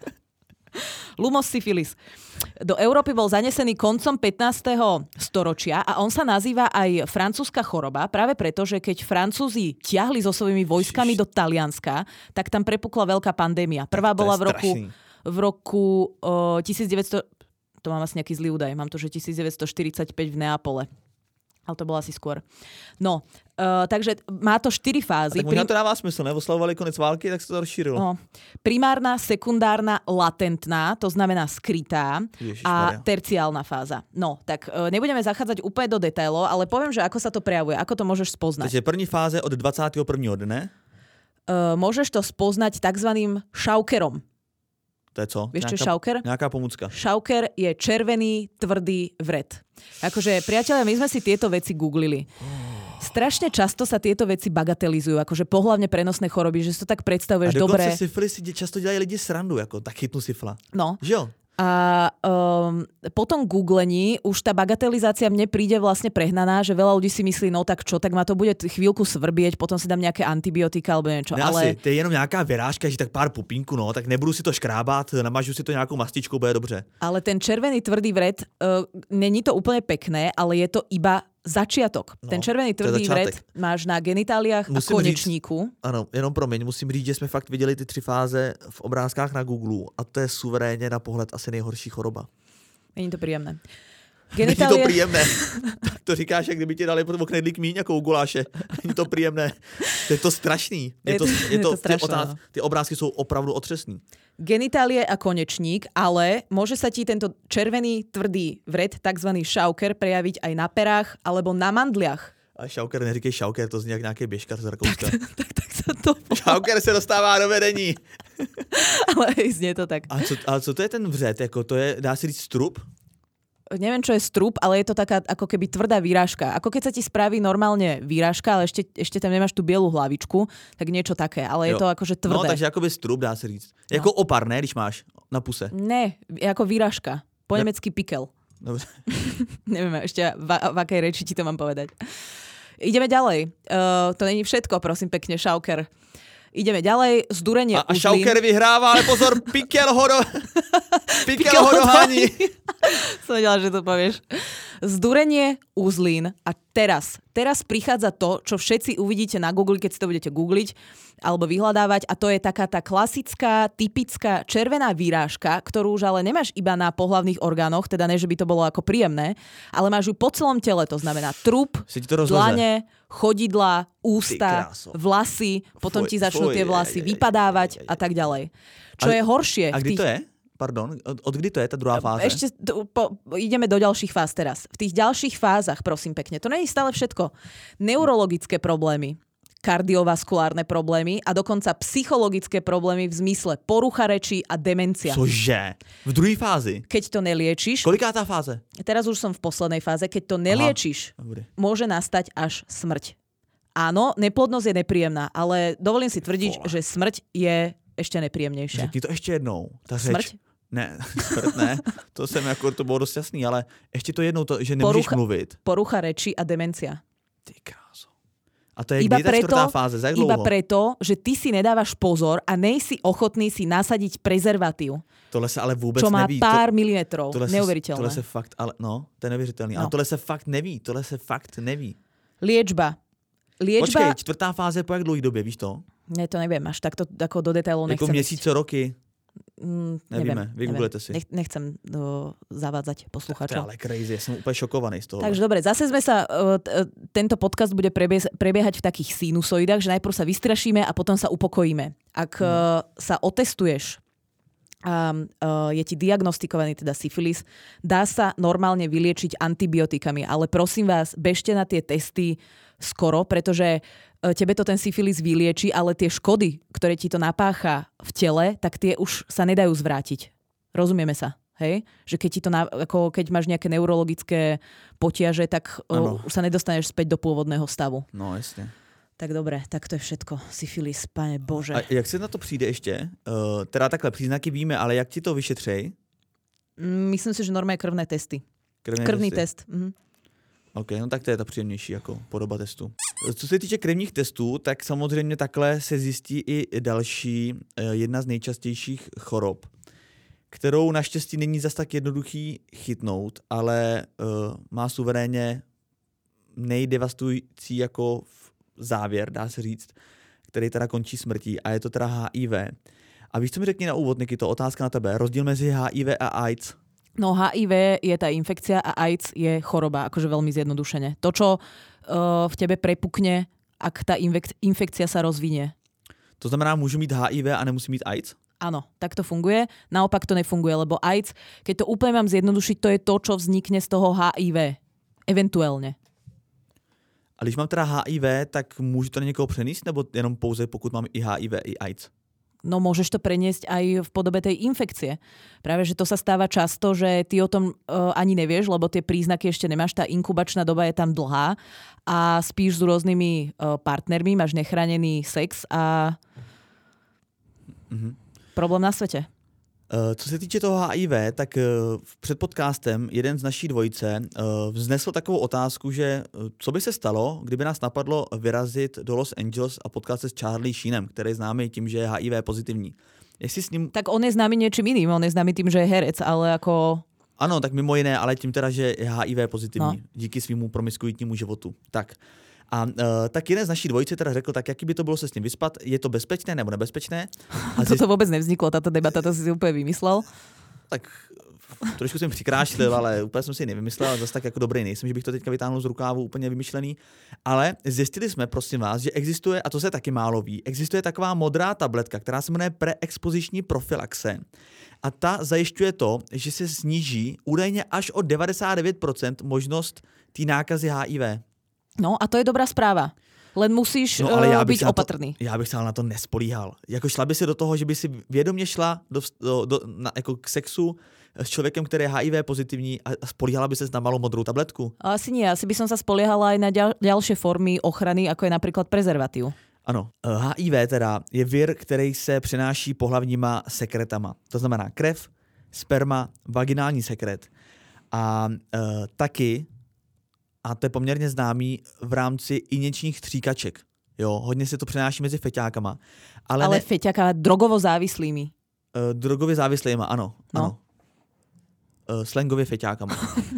Lumos syfilis. Do Európy bol zanesený koncom 15. storočia a on sa nazýva aj francúzska choroba, práve preto, že keď Francúzi ťahli so svojimi vojskami do Talianska, tak tam prepukla veľká pandémia. Prvá bola v roku 1900... To mám asi nejaký zlý údaj. Mám to, že 1945 v Neapole. Ale to bolo asi skôr. No, takže má to 4 fázy. Tak možná to dává smysl, ne? Oslavovali konec války, tak sa to rozšírilo. No, primárna, sekundárna, latentná, to znamená skrytá a terciálna fáza. No, tak nebudeme zachádzať úplne do detailov, ale poviem, že ako sa to prejavuje, ako to môžeš spoznať. Takže první fáze od 21. dne? Môžeš to spoznať takzvaným šaukerom. To je co? Vieš, čo je šauker? Nejaká pomůcka. Šauker je červený, tvrdý vred. Akože, priatelia, my sme si tieto veci googlili. Strašne často sa tieto veci bagatelizujú, akože pohlavne prenosné choroby, že si to tak predstavuješ dobre. A dokonce syfilis si často dělají lidi srandu, jako tak chytnu syfla. No. Že jo? A po tom googlení už tá bagatelizácia mne príde vlastne prehnaná, že veľa ľudí si myslí, no tak čo, tak ma to bude chvíľku svrbieť, potom si dám nejaké antibiotika alebo niečo. Ne, ale... asi, to je jenom nějaká vyrážka, že tak pár pupínku, no, tak nebudu si to škrábat, namažu si to nějakou mastičkou, bude dobře. Ale ten červený tvrdý vred, není to úplne pekné, ale je to iba začiatok. No, ten červený tvrdý vred máš na genitáliách a konečníku. Ano, jenom promiň, musím říct, že jsme fakt viděli ty 3 fáze v obrázkách na Google a to je suverénně na pohled asi nejhorší choroba. Není to príjemné. Není to príjemné. Tak to říkáš, jak kdyby ti dali potom knedlík míň jako u guláše. Není to príjemné. To je to strašný. Je to strašné. Ty obrázky jsou opravdu otřesný. Genitálie a konečník, ale môže sa ti tento červený tvrdý vred, takzvaný šauker, prejaviť aj na perách alebo na mandliach. A šauker, neříkej šauker, to zní jak nějaký běžkar z Rakouska. Tak sa to... Šauker se dostává do vedení. Ale znie to tak. A co to je ten vřet? Jako to je, dá se říct strup? Neviem, čo je strup, ale je to taká ako keby tvrdá výrážka. Ako keď sa ti spraví normálne výrážka, ale ešte tam nemáš tú bielu hlavičku, tak niečo také, ale je to akože tvrdé. No, takže akoby strup, dá se říct. Jako opar, ne, když máš na puse. Ne, ako výrážka. Po nemecky pikel. Dobre. Neviem ešte, v akej reči ti to mám povedať. Ideme ďalej. To není všetko, prosím pekne, šauker. Ideme ďalej, zdurenie uzlín. A šauker vyhrává, ale pozor, pikel ho dohání. Som vedela, že to povieš. Zdurenie uzlín a teraz prichádza to, čo všetci uvidíte na Google, keď si to budete googliť alebo vyhľadávať, a to je taká tá klasická, typická červená výrážka, ktorú už ale nemáš iba na pohlavných orgánoch, teda ne, že by to bolo ako príjemné, ale máš ju po celom tele, to znamená trup, dlane, chodidlá, ústa, vlasy, potom ti začnú tie vlasy vypadávať a tak ďalej. Čo je horšie? A kdy to je? Pardon, od kdy to je tá druhá fáza? Ešte ideme do ďalších fáz teraz. V tých ďalších fázach, prosím pekne, to nie je stále všetko. Neurologické problémy, kardiovaskulárne problémy a dokonca psychologické problémy v zmysle porucha reči a demencia. Cože? V druhej fázi? Keď to neliečíš... Kolikátá fáze? Teraz už som v poslednej fáze. Keď to neliečíš, môže nastať až smrť. Áno, neplodnosť je nepríjemná, ale dovolím si tvrdiť, že smrť je ešte nepríjemnejšia. Řekni to ešte jednou. Ta smrť? Ne, smrt ne. To jsem jako, to bylo dost jasný, ale ještě to jednou, že nemůžeš mluvit. Porucha reči a demencia. Ty kráso. A to je kdy tá čtvrtá fáze? Za jak dlouho? Iba preto, že ty si nedávaš pozor a nejsi ochotný si nasadiť prezervatív. Tohle se ale vůbec neví. Čo má neví. pár milimetrov. Neuveriteľné. Tohle se fakt, ale no, to je neuvěřitelný. No. Ale tohle se fakt neví. Liečba. Počkej, čtvrtá fáze po jak dlouhý době, víš to? Ne, to neviem, až takto ako do detailov nechcem. Jako měsíce, roky? Nevíme, vygooglete si. Nechcem zavádzať poslucháčov. To je ale crazy, som úplne šokovaný z toho. Takže dobre, zase sme sa, tento podcast bude prebiehať v takých sinusoidách, že najprv sa vystrašíme a potom sa upokojíme. Ak sa otestuješ a je ti diagnostikovaný teda syfilis, dá sa normálne vyliečiť antibiotikami, ale prosím vás, bežte na tie testy skoro, pretože tebe to ten syfilis vylieči, ale tie škody, ktoré ti to napácha v tele, tak tie už sa nedajú zvrátiť. Rozumieme sa, hej? Že keď ti to ako keď máš nejaké neurologické potiaže, tak už sa nedostaneš späť do pôvodného stavu. No, jasne. Tak dobre, tak to je všetko. Syfilis, pane Bože. A jak se na to přijde ještě? Teda takhle, příznaky víme, ale jak ti to vyšetřejí? Myslím si, že normálne krvné testy. Krvný test. OK, no tak to je ta příjemnější jako podoba testu. Co se týče krevních testů, tak samozřejmě takhle se zjistí i další, jedna z nejčastějších chorob, kterou naštěstí není zas tak jednoduchý chytnout, ale má suverénně nejdevastující jako závěr, dá se říct, který teda končí smrtí, a je to teda HIV. A víš, co mi řekni na úvod, Nikito, otázka na tebe. Rozdíl mezi HIV a AIDS? No HIV je tá infekcia a AIDS je choroba, akože veľmi zjednodušene. To, čo v tebe prepukne, ak tá infekcia sa rozvinie. To znamená, môžu mít HIV a nemusí mít AIDS? Áno, tak to funguje. Naopak to nefunguje, lebo AIDS, keď to úplne mám zjednodušiť, to je to, čo vznikne z toho HIV. Eventuálne. A když mám teda HIV, tak můžu to na někoho přenést, nebo jenom pouze pokud mám i HIV, i AIDS? No môžeš to preniesť aj v podobe tej infekcie. Práve, že to sa stáva často, že ty o tom ani nevieš, lebo tie príznaky ešte nemáš, tá inkubačná doba je tam dlhá a spíš s rôznymi partnermi, máš nechránený sex a problém na svete. Co se týče toho HIV, tak před podcastem jeden z naší dvojice vznesl takovou otázku, že co by se stalo, kdyby nás napadlo vyrazit do Los Angeles a potkat se s Charlie Sheenem, který je známý tím, že je HIV pozitivní. Jestli s ním... Tak on je známy niečím iným, on je známy tým, že je herec, ale ako... Ano, tak mimo jiné, ale tím teda, že je HIV pozitivní, díky svýmu promiskuitnímu životu. Tak. A tak jeden z naší dvojice teda řekl, tak jaký by to bylo se s ním vyspat, je to bezpečné nebo nebezpečné? A toto vôbec nevzniklo, táto debata, to si úplně vymyslel. Tak trošku jsem přikrášlil, ale úplně jsem si nevymyslel, ale zase tak jako dobrý nejsem, že bych to teďka vytáhnul z rukávu úplně vymyšlený. Ale zjistili jsme, prosím vás, že existuje, a to se taky málo ví, existuje taková modrá tabletka, která se jmenuje preexpoziční profilaxe. A ta zajišťuje to, že se sníží údajně až o 99% možnost té nákazy HIV. No a to je dobrá správa. Len musíš byť opatrný. Já bych se na to nespolíhal. Jako šla by si do toho, že by si vědomě šla jako k sexu s člověkem, který je HIV pozitivní a spolíhala by se na malou modrou tabletku? Asi nie. Asi by som sa spoliehala aj na ďalšie formy ochrany, ako je napríklad prezervatív. Ano, HIV teda je vir, který se přenáší pohlavníma sekretama. To znamená krev, sperma, vaginální sekret. A taky, a to je poměrně známý, v rámci injekčních stříkaček. Jo, hodně se to přenáší mezi feťákama. Ale feťáka drogovo závislými. Drogově závislýma, ano. No. Ano. Slangově feťákama.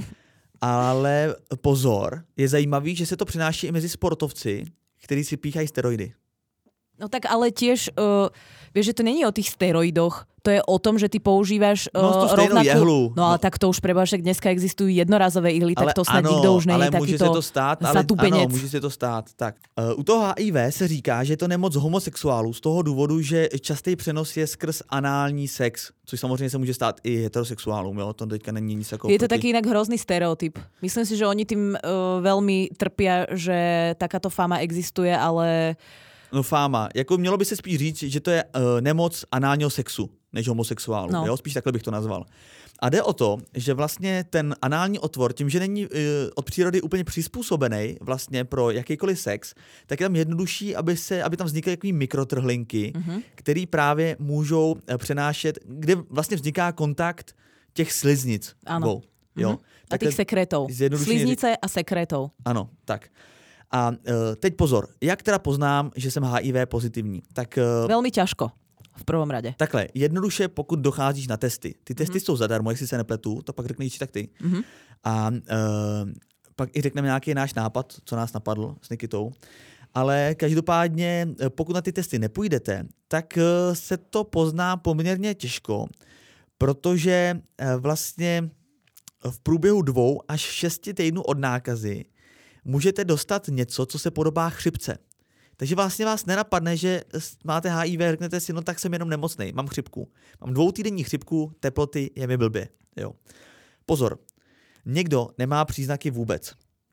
Ale pozor, je zajímavý, že se to přenáší i mezi sportovci, kteří si píchají steroidy. No tak ale tiež, vieš, že to není o tých steroidoch, to je o tom, že ty používaš rovnakú... jehlu. No ale tak to už preboha, že dneska existujú jednorazové ihly, tak to snad nikdo už není takýto zatupenec. Ano, může se to stát. Tak. U toho HIV se říká, že je to nemoc homosexuálů z toho důvodu, že častý přenos je skrz anální sex, což samozřejmě se může stát i heterosexuálům, jo? To teďka není nic jako... Je to taký inak hrozný stereotyp. Myslím si, že oni tým veľmi trpia, že takáto fama existuje, ale... No fáma. Jako mělo by se spíš říct, že to je nemoc análního sexu, než homosexuálů. No. Jo? Spíš takhle bych to nazval. A jde o to, že vlastně ten anální otvor, tím, že není od přírody úplně přizpůsobený vlastně pro jakýkoliv sex, tak je tam jednodušší, aby tam vznikaly takový mikrotrhlinky, které právě můžou přenášet, kde vlastně vzniká kontakt těch sliznic. Ano. Jo? A těch sekretov. Sliznice a sekretov. Ano, tak. A teď pozor, jak teda poznám, že jsem HIV pozitivní? Tak, velmi ťažko, v prvom rade. Takhle, jednoduše, pokud docházíš na testy. Ty testy jsou zadarmo, jestli se nepletu, to pak řekneš tak ty. A pak i řekneme nějaký náš nápad, co nás napadl s Nikitou. Ale každopádně, pokud na ty testy nepůjdete, tak se to pozná poměrně těžko, protože vlastně v průběhu 2 až 6 týdnů od nákazy můžete dostat něco, co se podobá chřipce. Takže vlastně vás nenapadne, že máte HIV, řeknete si, no tak jsem jenom nemocnej, mám chřipku. Mám 2týdenní chřipku, teploty, je mi blbě. Jo. Pozor, někdo nemá příznaky vůbec.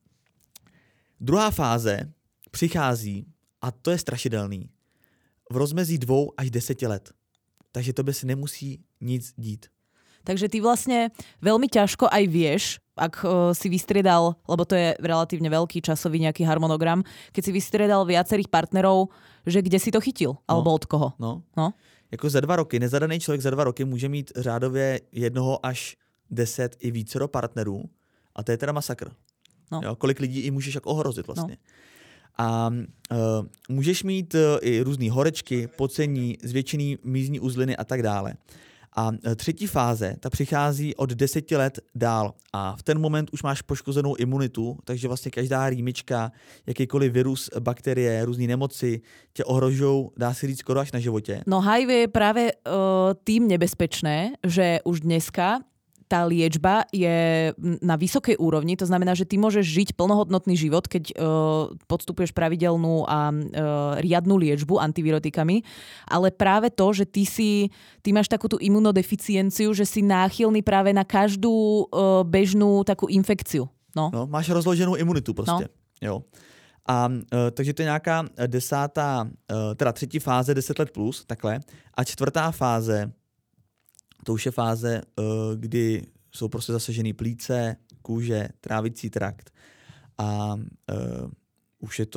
Druhá fáze přichází, a to je strašidelný, v rozmezí 2 až 10 let. Takže to by si nemusí nic dít. Takže ty vlastne veľmi ťažko aj vieš, ak si vystriedal, lebo to je relatívne veľký časový nejaký harmonogram, keď si vystriedal viacerých partnerov, že kde si to chytil, alebo od koho. No. Jako za 2 roky, nezadaný člověk za 2 roky může mít řádově 1 až 10 i vícero partnerů a to je teda masakr. No. Jo, kolik lidí i můžeš jako ohrozit vlastně. No. A můžeš mít i různý horečky, pocení, zvětšený mízní uzliny a tak dále. A třetí fáze, ta přichází od 10 let dál a v ten moment už máš poškozenou imunitu, takže vlastně každá rýmička, jakýkoliv virus, bakterie, různé nemoci tě ohrožují, dá se říct, skoro až na životě. No HIV je práve tým nebezpečné, že už dneska tá liečba je na vysokej úrovni, to znamená, že ty môžeš žiť plnohodnotný život, keď podstupuješ pravidelnú a riadnu liečbu antivirotikami, ale práve to, že ty máš takú tú imunodeficienciu, že si náchylný práve na každú bežnú takú infekciu. No, máš rozloženou imunitu prostě. No. Jo. A takže to je nějaká třetí fáze 10 let plus, takhle. A čtvrtá fáze, to už je fáze, kdy jsou prostě zasažený plíce, kůže, trávicí trakt a už je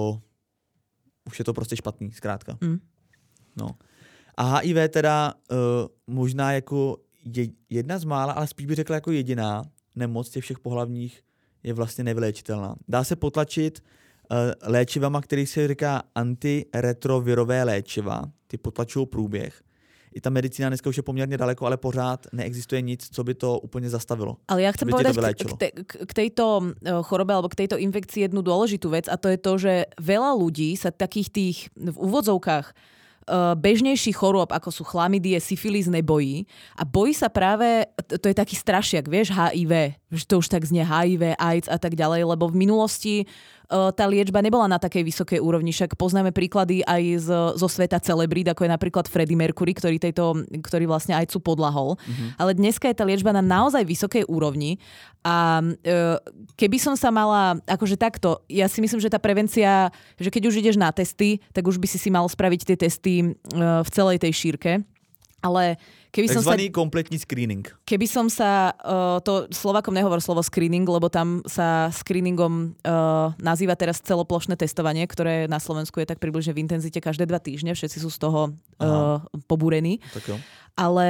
to prostě špatný, zkrátka. No. A HIV teda možná jako jedna z mála, ale spíš bych řekla jako jediná nemoc těch všech pohlavních je vlastně nevyléčitelná. Dá se potlačit léčivama, který se říká antiretrovirové léčiva. Ty potlačují průběh. I ta medicína dneska už je poměrně daleko, ale pořád neexistuje nic, co by to úplně zastavilo. Ale ja chcem povedať k tejto chorobe alebo k tejto infekcii jednu dôležitú vec, a to je to, že veľa ľudí sa takých tých v úvodzovkách bežnejších chorôb, ako sú chlamydie, syfilis, nebojí. A bojí sa práve, to je taký strašiak, vieš, HIV, že to už tak znie HIV, AIDS a tak ďalej, lebo v minulosti tá liečba nebola na takej vysokej úrovni, však poznáme príklady aj zo sveta celebrít, ako je napríklad Freddie Mercury, ktorý vlastne AIDSu podľahol. Ale dneska je tá liečba na naozaj vysokej úrovni a keby som sa mala, akože takto, ja si myslím, že tá prevencia, že keď už ideš na testy, tak už by si mal spraviť tie testy v celej tej šírke. Ale keby som takzvaný kompletní screening. Keby som sa, to Slovákom nehovor slovo screening, lebo tam sa screeningom nazýva teraz celoplošné testovanie, ktoré na Slovensku je tak približne v intenzite každé 2 týždne. Všetci sú z toho pobúrení. Tak jo. Ale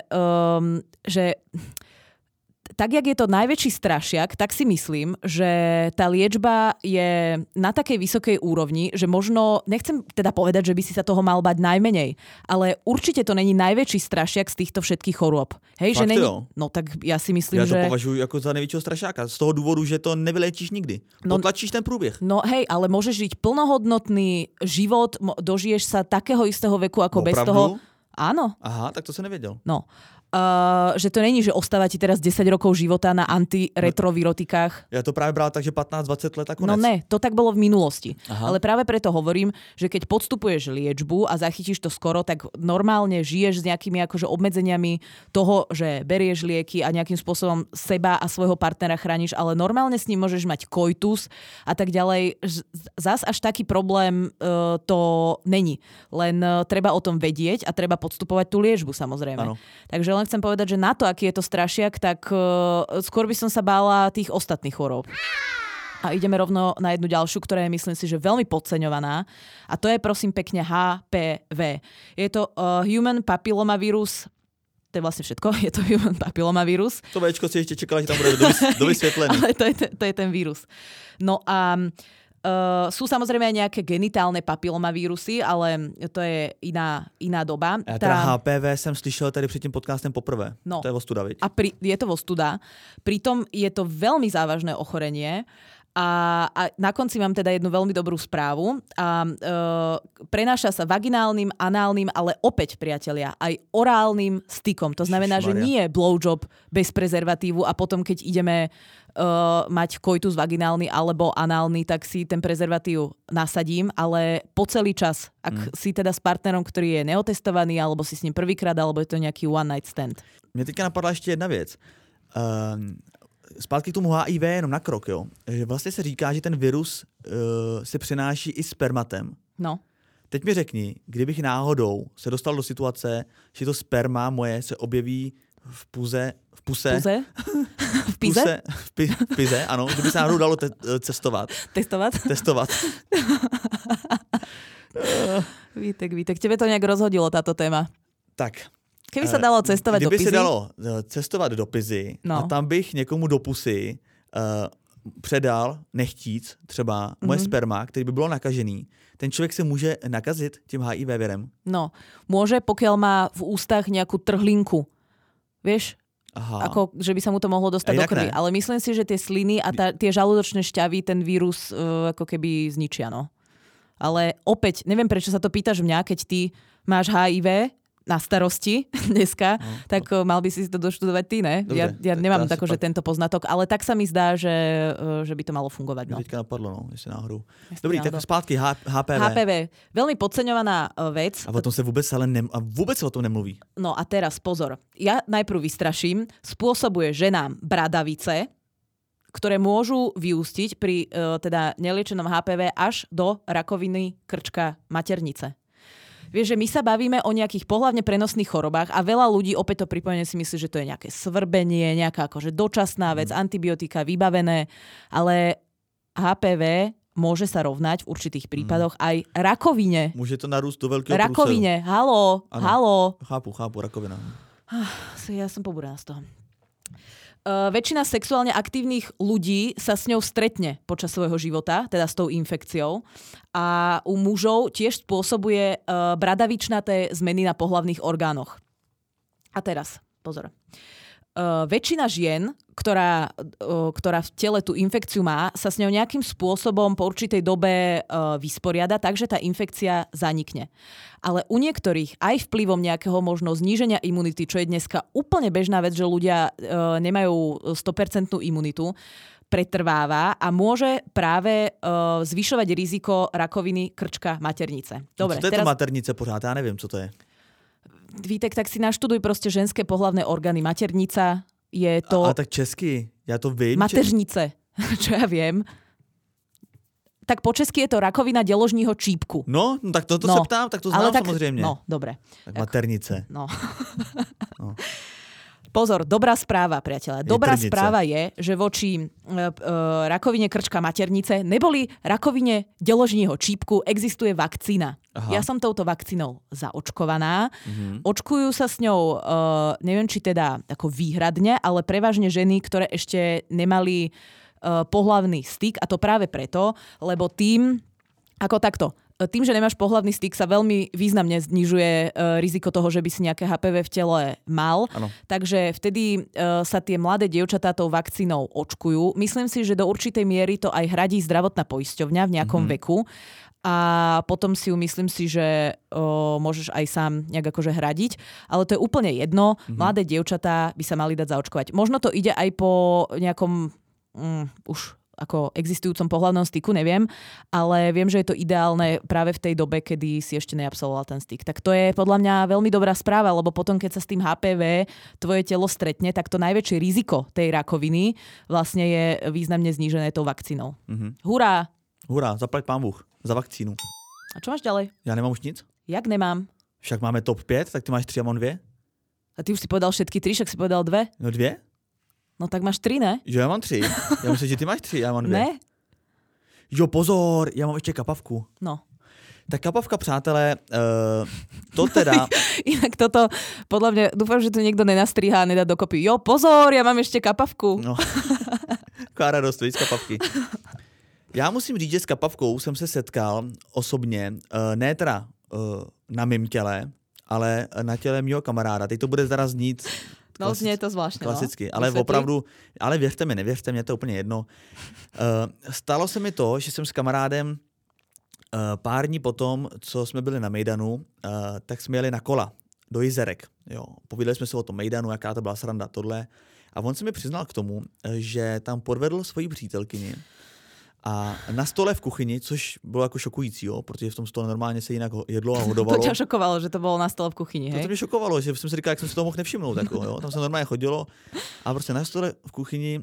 že tak, jak je to najväčší strašiak, tak si myslím, že tá liečba je na takej vysokej úrovni, že možno, nechcem teda povedať, že by si sa toho mal bať najmenej, ale určite to není najväčší strašiak z týchto všetkých chorôb. Hej, Fakt že není, jo? no tak ja si myslím, že... Ja to že... považuji jako za největšího strašáka. Z toho důvodu, že to nevyléčíš nikdy. Potlačíš ten průběh. No hej, ale môžeš žiť plnohodnotný život, dožiješ sa takého istého veku ako bez toho... Áno. Aha, tak to som nevedel. No. Že to není, že ostáva ti teraz 10 rokov života na antiretrovirotikách. Ja to práve bral tak, že 15-20 let a konec. No ne, to tak bolo v minulosti. Aha. Ale práve preto hovorím, že keď podstupuješ liečbu a zachytíš to skoro, tak normálne žiješ s nejakými akože obmedzeniami toho, že berieš lieky a nejakým spôsobom seba a svojho partnera chrániš, ale normálne s ním môžeš mať koitus a tak ďalej. Zas až taký problém to není. Len treba o tom vedieť a treba podstupovať tú liečbu, samozrejme. Ano. Takže len chcem povedať, že na to, aký je to strašiak, tak skôr by som sa bála tých ostatných chorôb. A ideme rovno na jednu ďalšiu, ktorá je, myslím si, že veľmi podceňovaná. A to je, prosím pekne, HPV. Je to Human Papillomavirus. To je vlastne všetko. Je to Human Papillomavirus. To Včko si ešte čekala, že tam bude dovysvetlený. Ale to je ten vírus. No a... sú samozrejme aj nejaké genitálne papilomavírusy, ale to je iná doba. Já teda HPV jsem slyšel tady před tím podcastem poprvé. No. To je ostuda, viď? A je to ostuda. Pritom je to veľmi závažné ochorenie. A na konci mám teda jednu veľmi dobrú správu. A prenáša sa vaginálnym, análnym, ale opäť, priatelia, aj orálnym stykom. To znamená, že nie je blowjob bez prezervatívu a potom, keď ideme mať koitus vaginálny alebo análny, tak si ten prezervatív nasadím, ale po celý čas, ak si teda s partnerom, ktorý je neotestovaný, alebo si s ním prvýkrát, alebo je to nejaký one night stand. Mně teďka napadla ještě jedna věc. Zpátky k tomu HIV jenom na krok, jo. Vlastně se říká, že ten virus se přenáší i spermatem. No. Teď mi řekni, kdybych náhodou se dostal do situace, že to sperma moje se objeví v puse? V pize? V pize, ano. Kdyby se náhodou dalo cestovat. Testovat. Vítek, tebe to nejak rozhodilo, táto téma. Tak. Keby sa dalo cestovať do Pizy? Kdyby se dalo cestovat do Pizy a tam bych někomu do pusy předal nechtíc třeba moje sperma, který by bylo nakažený, ten člověk se může nakazit tím HIV virem? No, môže, pokiaľ má v ústach nejakú trhlinku. Vieš? Aha. Ako, že by sa mu to mohlo dostať do krvi. Ale myslím si, že tie sliny a tie žalúdočné šťavy ten vírus ako keby zničia, no. Ale opäť, neviem, prečo sa to pýtaš mňa, keď ty máš HIV, na starosti dneska, tak mal by si to doštudovať ty, ne? Dobre, ja nemám že tento poznatok, ale tak sa mi zdá, že by to malo fungovať. No. Teďka napadlo, jestli náhodou. Dobrý, tak zpátky HPV. HPV, veľmi podceňovaná vec. A o tom se vůbec se o tom nemluví. No a teraz pozor. Ja najprv vystraším. Spôsobuje ženám bradavice, ktoré môžu vyústiť pri teda neliečenom HPV až do rakoviny krčka maternice. Vieš, že my sa bavíme o nejakých pohlavne prenosných chorobách a veľa ľudí, opäť to pripomene, si myslí, že to je nejaké svrbenie, nejaká akože dočasná vec, antibiotika vybavené, ale HPV môže sa rovnať v určitých prípadoch aj rakovine. Môže to narúsť do veľkého rakovine, halo. Chápu, rakovina. Ja som pobúrená z toho. Väčšina sexuálne aktívnych ľudí sa s ňou stretne počas svojho života, teda s tou infekciou. A u mužov tiež spôsobuje bradavičnaté zmeny na pohlavných orgánoch. A teraz, pozor. Väčšina žien, ktorá v tele tú infekciu má, sa s ňou nejakým spôsobom po určitej dobe vysporiada, takže tá infekcia zanikne. Ale u niektorých aj vplyvom nejakého možno zníženia imunity, čo je dneska úplne bežná vec, že ľudia nemajú 100% imunitu, pretrváva a môže práve zvyšovať riziko rakoviny krčka maternice. Dobre, co to je to maternice pořád? Ja neviem, co to je. Vítek, tak si naštuduj proste ženské pohlavné orgány. Maternica je to... Ale tak česky, ja to viem. Mateřnice, čo ja viem. Tak po česky je to rakovina deložního čípku. No tak to sa ptám, tak to znám samozrejme. No, dobre. Tak maternice. No. Pozor, dobrá správa, priateľe. Dobrá správa je, že voči rakovine krčka maternice neboli rakovine deložního čípku existuje vakcína. Aha. Ja som touto vakcínou zaočkovaná. Očkujú sa s ňou, neviem, či teda ako výhradne, ale prevažne ženy, ktoré ešte nemali pohlavný styk. A to práve preto, lebo tým, ako takto, tým, že nemáš pohlavný styk, sa veľmi významne znižuje riziko toho, že by si nejaké HPV v tele mal. Ano. Takže vtedy sa tie mladé dievčatá tou vakcínou očkujú. Myslím si, že do určitej miery to aj hradí zdravotná poisťovňa v nejakom veku. A potom si ju myslím si, že môžeš aj sám nejak akože hradiť. Ale to je úplne jedno. Mladé dievčatá by sa mali dať zaočkovať. Možno to ide aj po nejakom už ako existujúcom pohlavnom styku, neviem, ale viem, že je to ideálne práve v tej dobe, kedy si ešte neabsolvoval ten styk. Tak to je podľa mňa veľmi dobrá správa, lebo potom, keď sa s tým HPV tvoje telo stretne, tak to najväčšie riziko tej rakoviny vlastne je významne znížené tou vakcínou. Hurá! Hurá, zaplať pán Bůh za vakcínu. A čo máš ďalej? Ja nemám už nic. Jak nemám? Však máme top 5, tak ty máš 3 a mám 2. A ty už si povedal všetky 3, však si povedal 2? No 2? No tak máš 3, ne? Jo, ja mám 3. Ja myslím, že ty máš 3, ja mám 2. Ne? Jo, pozor, ja mám ešte kapavku. No. Tak kapavka, přátelé, to teda... Inak toto, podľa mňa, dúfam, že tu niekto nenastrihá a nedá dokopy. Jo, pozor, ja mám ešte kapavku. No, taková radost, víc kapavky. Já musím říct, že s kapavkou jsem se setkal osobně, ne teda na mým těle, ale na těle mýho kamaráda. Teď to bude zaraz znít... No, znie to zvláštne. Klasicky, ale opravdu, ale věřte mi, nevěřte mě, to je úplně jedno. Stalo se mi to, že jsem s kamarádem pár dní potom, co jsme byli na Mejdanu, tak jsme jeli na kola do Jizerek. Jo. Povídali jsme se o tom Mejdanu, jaká to byla sranda, tohle. A on se mi přiznal k tomu, že tam podvedl svoji přítelkyni a na stole v kuchyni, což bylo jako šokující, jo, protože v tom stole normálně se jinak jedlo a hodovalo. To tě šokovalo, že to bylo na stole v kuchyni, hej? To mě šokovalo, že jsem si říkal, jak jsem si toho mohl nevšimnout. Jako, jo. Tam se normálně chodilo a prostě na stole v kuchyni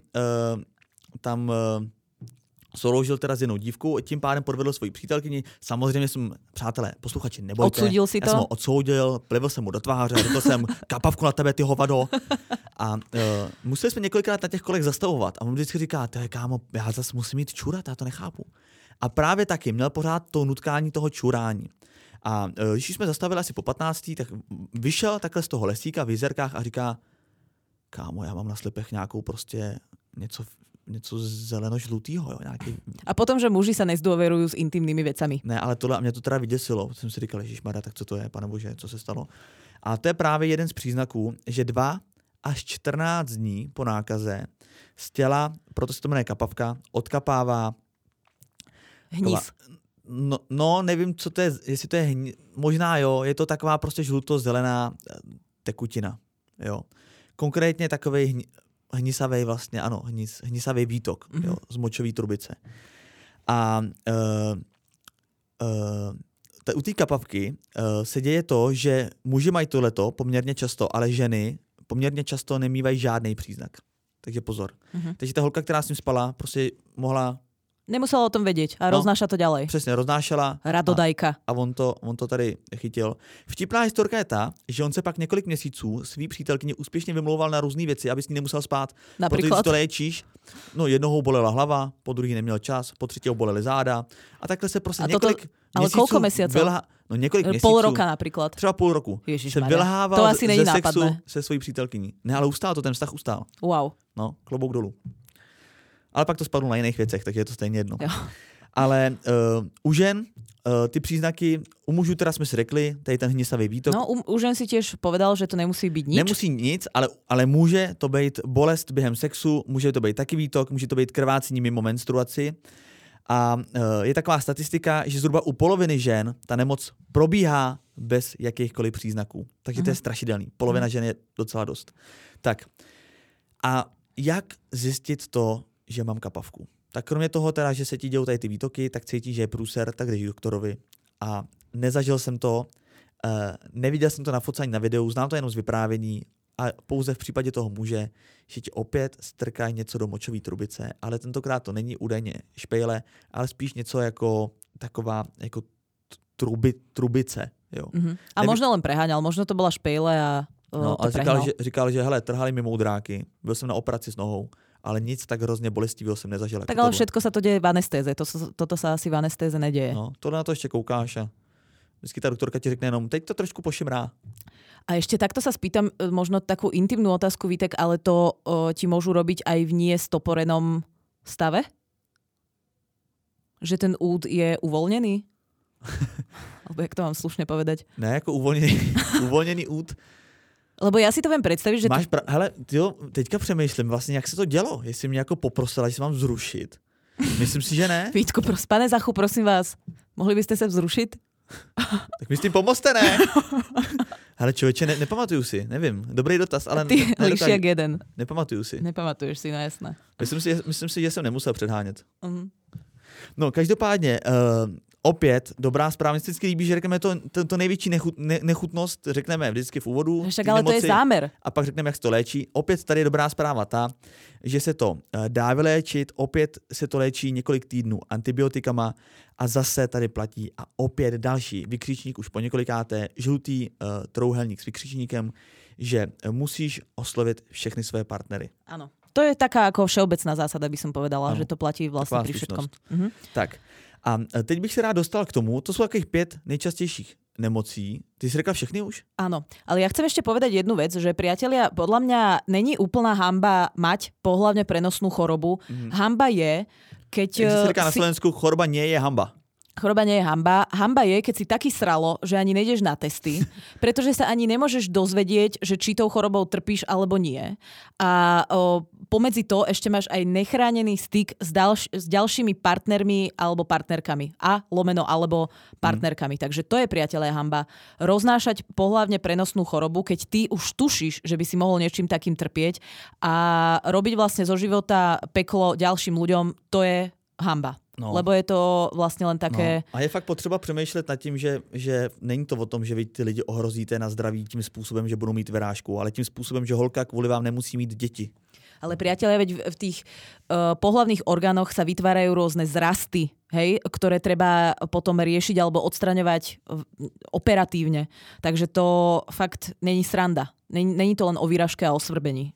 tam souložil teda s jednou dívkou, tím pádem podvedl svoji přítelkyni. Samozřejmě jsem, přátelé, posluchači, nebojte. Odsoudil si to? Já jsem ho odsoudil, plivil jsem mu do tváře, řekl jsem, kapavku na tebe, ty hovado. A museli jsme několikrát na těch kolech zastavovat. A on vždycky říká, kámo, já zase musím mít čurat, já to nechápu. A právě taky měl pořád to nutkání toho čurání. A když jsme zastavili asi po 15, tak vyšel takhle z toho lesíka v Jizerkách a říká, kámo, já mám na slepech nějakou prostě něco zeleno-žlutýho. Jo, nějaký... A potom, že muži sa nezdôverujú s intimnými vecami. Ne, ale tohle, a mě to teda vyděsilo. Jsem si říkal, ježišmarja, tak co to je, panebože, co se stalo. A to je právě jeden z příznaků, že 2 až 14 dní po nákaze z těla, proto se to jmenuje kapavka, odkapává hníz. No, nevím, co to je, jestli to je, možná jo, je to taková prostě žluto-zelená tekutina, jo. Konkrétně takovej hnisavý vlastně, ano, hnisavý výtok, jo, z močové trubice. A u té kapavky se děje to, že muži mají tohleto poměrně často, ale ženy poměrně často nemývají žádný příznak. Takže pozor. Takže ta holka, která s ním spala, prostě mohla... Nemusela o tom vědět a roznáša to ďalej. Přesně, roznášela. Radodajka. A on to tady chytil. Vtipná historka je ta, že on se pak několik měsíců svý přítelkyni úspěšně vymlouval na různé věci, aby s ní nemusel spát. Například? Protože to léčíš. No, jednoho bolela hlava, po druhý neměl čas, po třetí ho bolely záda. A takhle se prostě několik ale kolko měsíců? No, několik měsíců. Půl roka například. Třeba půl roku. Ježišmarja. Se vylhával to asi ze sexu se svojí přítelkyní. Ne, ale ustál to, ten vztah ustál. Wow. No, klobouk dolů. Ale pak to spadlo na jiných věcech, takže je to stejně jedno. Jo. Ale u žen ty příznaky, u mužů teda jsme si řekli, tady ten hnisavý výtok. No, u žen si tiež povedal, že to nemusí být nic. Nemusí nic, ale může to být bolest během sexu, může to být taky výtok, může to být krvácení mimo menstruaci. A je taková statistika, že zhruba u poloviny žen ta nemoc probíhá bez jakýchkoliv příznaků. Takže to je strašidelný. Polovina žen je docela dost. Tak. A jak zjistit to, že mám kapavku? Tak kromě toho teda, že se ti dějou tady ty výtoky, tak cítíš, že je průser, tak jdeš k doktorovi. A nezažil jsem to, neviděl jsem to na focání na videu, znám to jenom z vyprávění a pouze v případě toho muže, že ti opět strkají něco do močové trubice, ale tentokrát to není údajně špejle, ale spíš něco jako taková jako trubice. Jo. A možno len preháňal, možno to byla špejle a no, ale říkal, že hele, trhali mi moudráky, byl jsem na operaci s nohou, ale nic tak hrozně bolestivého jsem nezažil. Tak ale všetko sa to deje v anestéze. Toto sa asi v anestéze neděje. No, to na to ještě koukáš a vždycky ta doktorka ti řekne jenom, teď to trošku pošimrá. A ešte takto sa spýtam možno takú intimnú otázku, Vítek, ale to ti môžu robiť aj v nie stoporenom stave? Že ten úd je uvoľnený? Alebo jak to mám slušne povedať? Ne, jako uvolněný úd. Lebo já si to viem představit, že... Hele, jo, teďka přemýšlím vlastně, jak se to dělo. Jestli mě jako poprosila, že se mám zrušit. Myslím si, že ne. Vítku, pane Zachu, prosím vás, mohli byste se vzrušit? Tak mi s tím pomozte, ne? Hele, člověče, nepamatuju si, nevím. Dobrý dotaz, ale... Ty líši jak jeden. Nepamatuju si. Nepamatuješ si, no jasné. Myslím si, že jsem nemusel předhánět. No, každopádně, opět, dobrá zpráva. Mně se vždycky líbí, že řekneme to největší nechutnost, řekneme vždycky v úvodu. Však ale to je zámer. A pak řekneme, jak se to léčí. Opět tady je dobrá zpráva ta, že se to dá vyléčit, opět se to léčí několik týdnů antibiotikama a zase tady platí a opět další vykřičník už po několikáté, žlutý trouhelník s vykřičníkem, že musíš oslovit všechny své partnery. Ano. To je taká jako všeobecná zásada, by som povedala, ano, že to platí vlastně pri všetkom. Tak. A teď bych se rád dostal k tomu, to jsou takových 5 nejčastějších nemocí. Ty jsi řekla všechny už? Áno, ale ja chcem ešte povedať jednu vec, že priatelia, podľa mňa není úplná hanba mať pohlavne prenosnú chorobu. Hanba je, keď... Jak si říká na Slovensku, choroba nie je hanba. Choroba nie je hanba. Hanba je, keď si taký sralo, že ani nejdeš na testy, pretože sa ani nemôžeš dozvedieť, že či tou chorobou trpíš alebo nie. A pomedzi to ešte máš aj nechránený styk s ďalšími partnermi alebo partnerkami. Alebo partnerkami. Takže to je, priatelé, hanba. Roznášať pohlavne prenosnú chorobu, keď ty už tušíš, že by si mohol niečím takým trpieť a robiť vlastne zo života peklo ďalším ľuďom, to je hanba. No. Lebo je to vlastně len také... No. A je fakt potřeba přemýšlet nad tím, že není to o tom, že vy ty lidi ohrozíte na zdraví tím způsobem, že budou mít vyrážku, ale tím způsobem, že holka kvůli vám nemusí mít děti. Ale priatelia, veď v tých pohlavných orgánoch sa vytvárajú rôzne zrasty, hej, ktoré treba potom riešiť alebo odstraňovať operatívne. Takže to fakt není sranda. Není to len o výražke a o svrbení.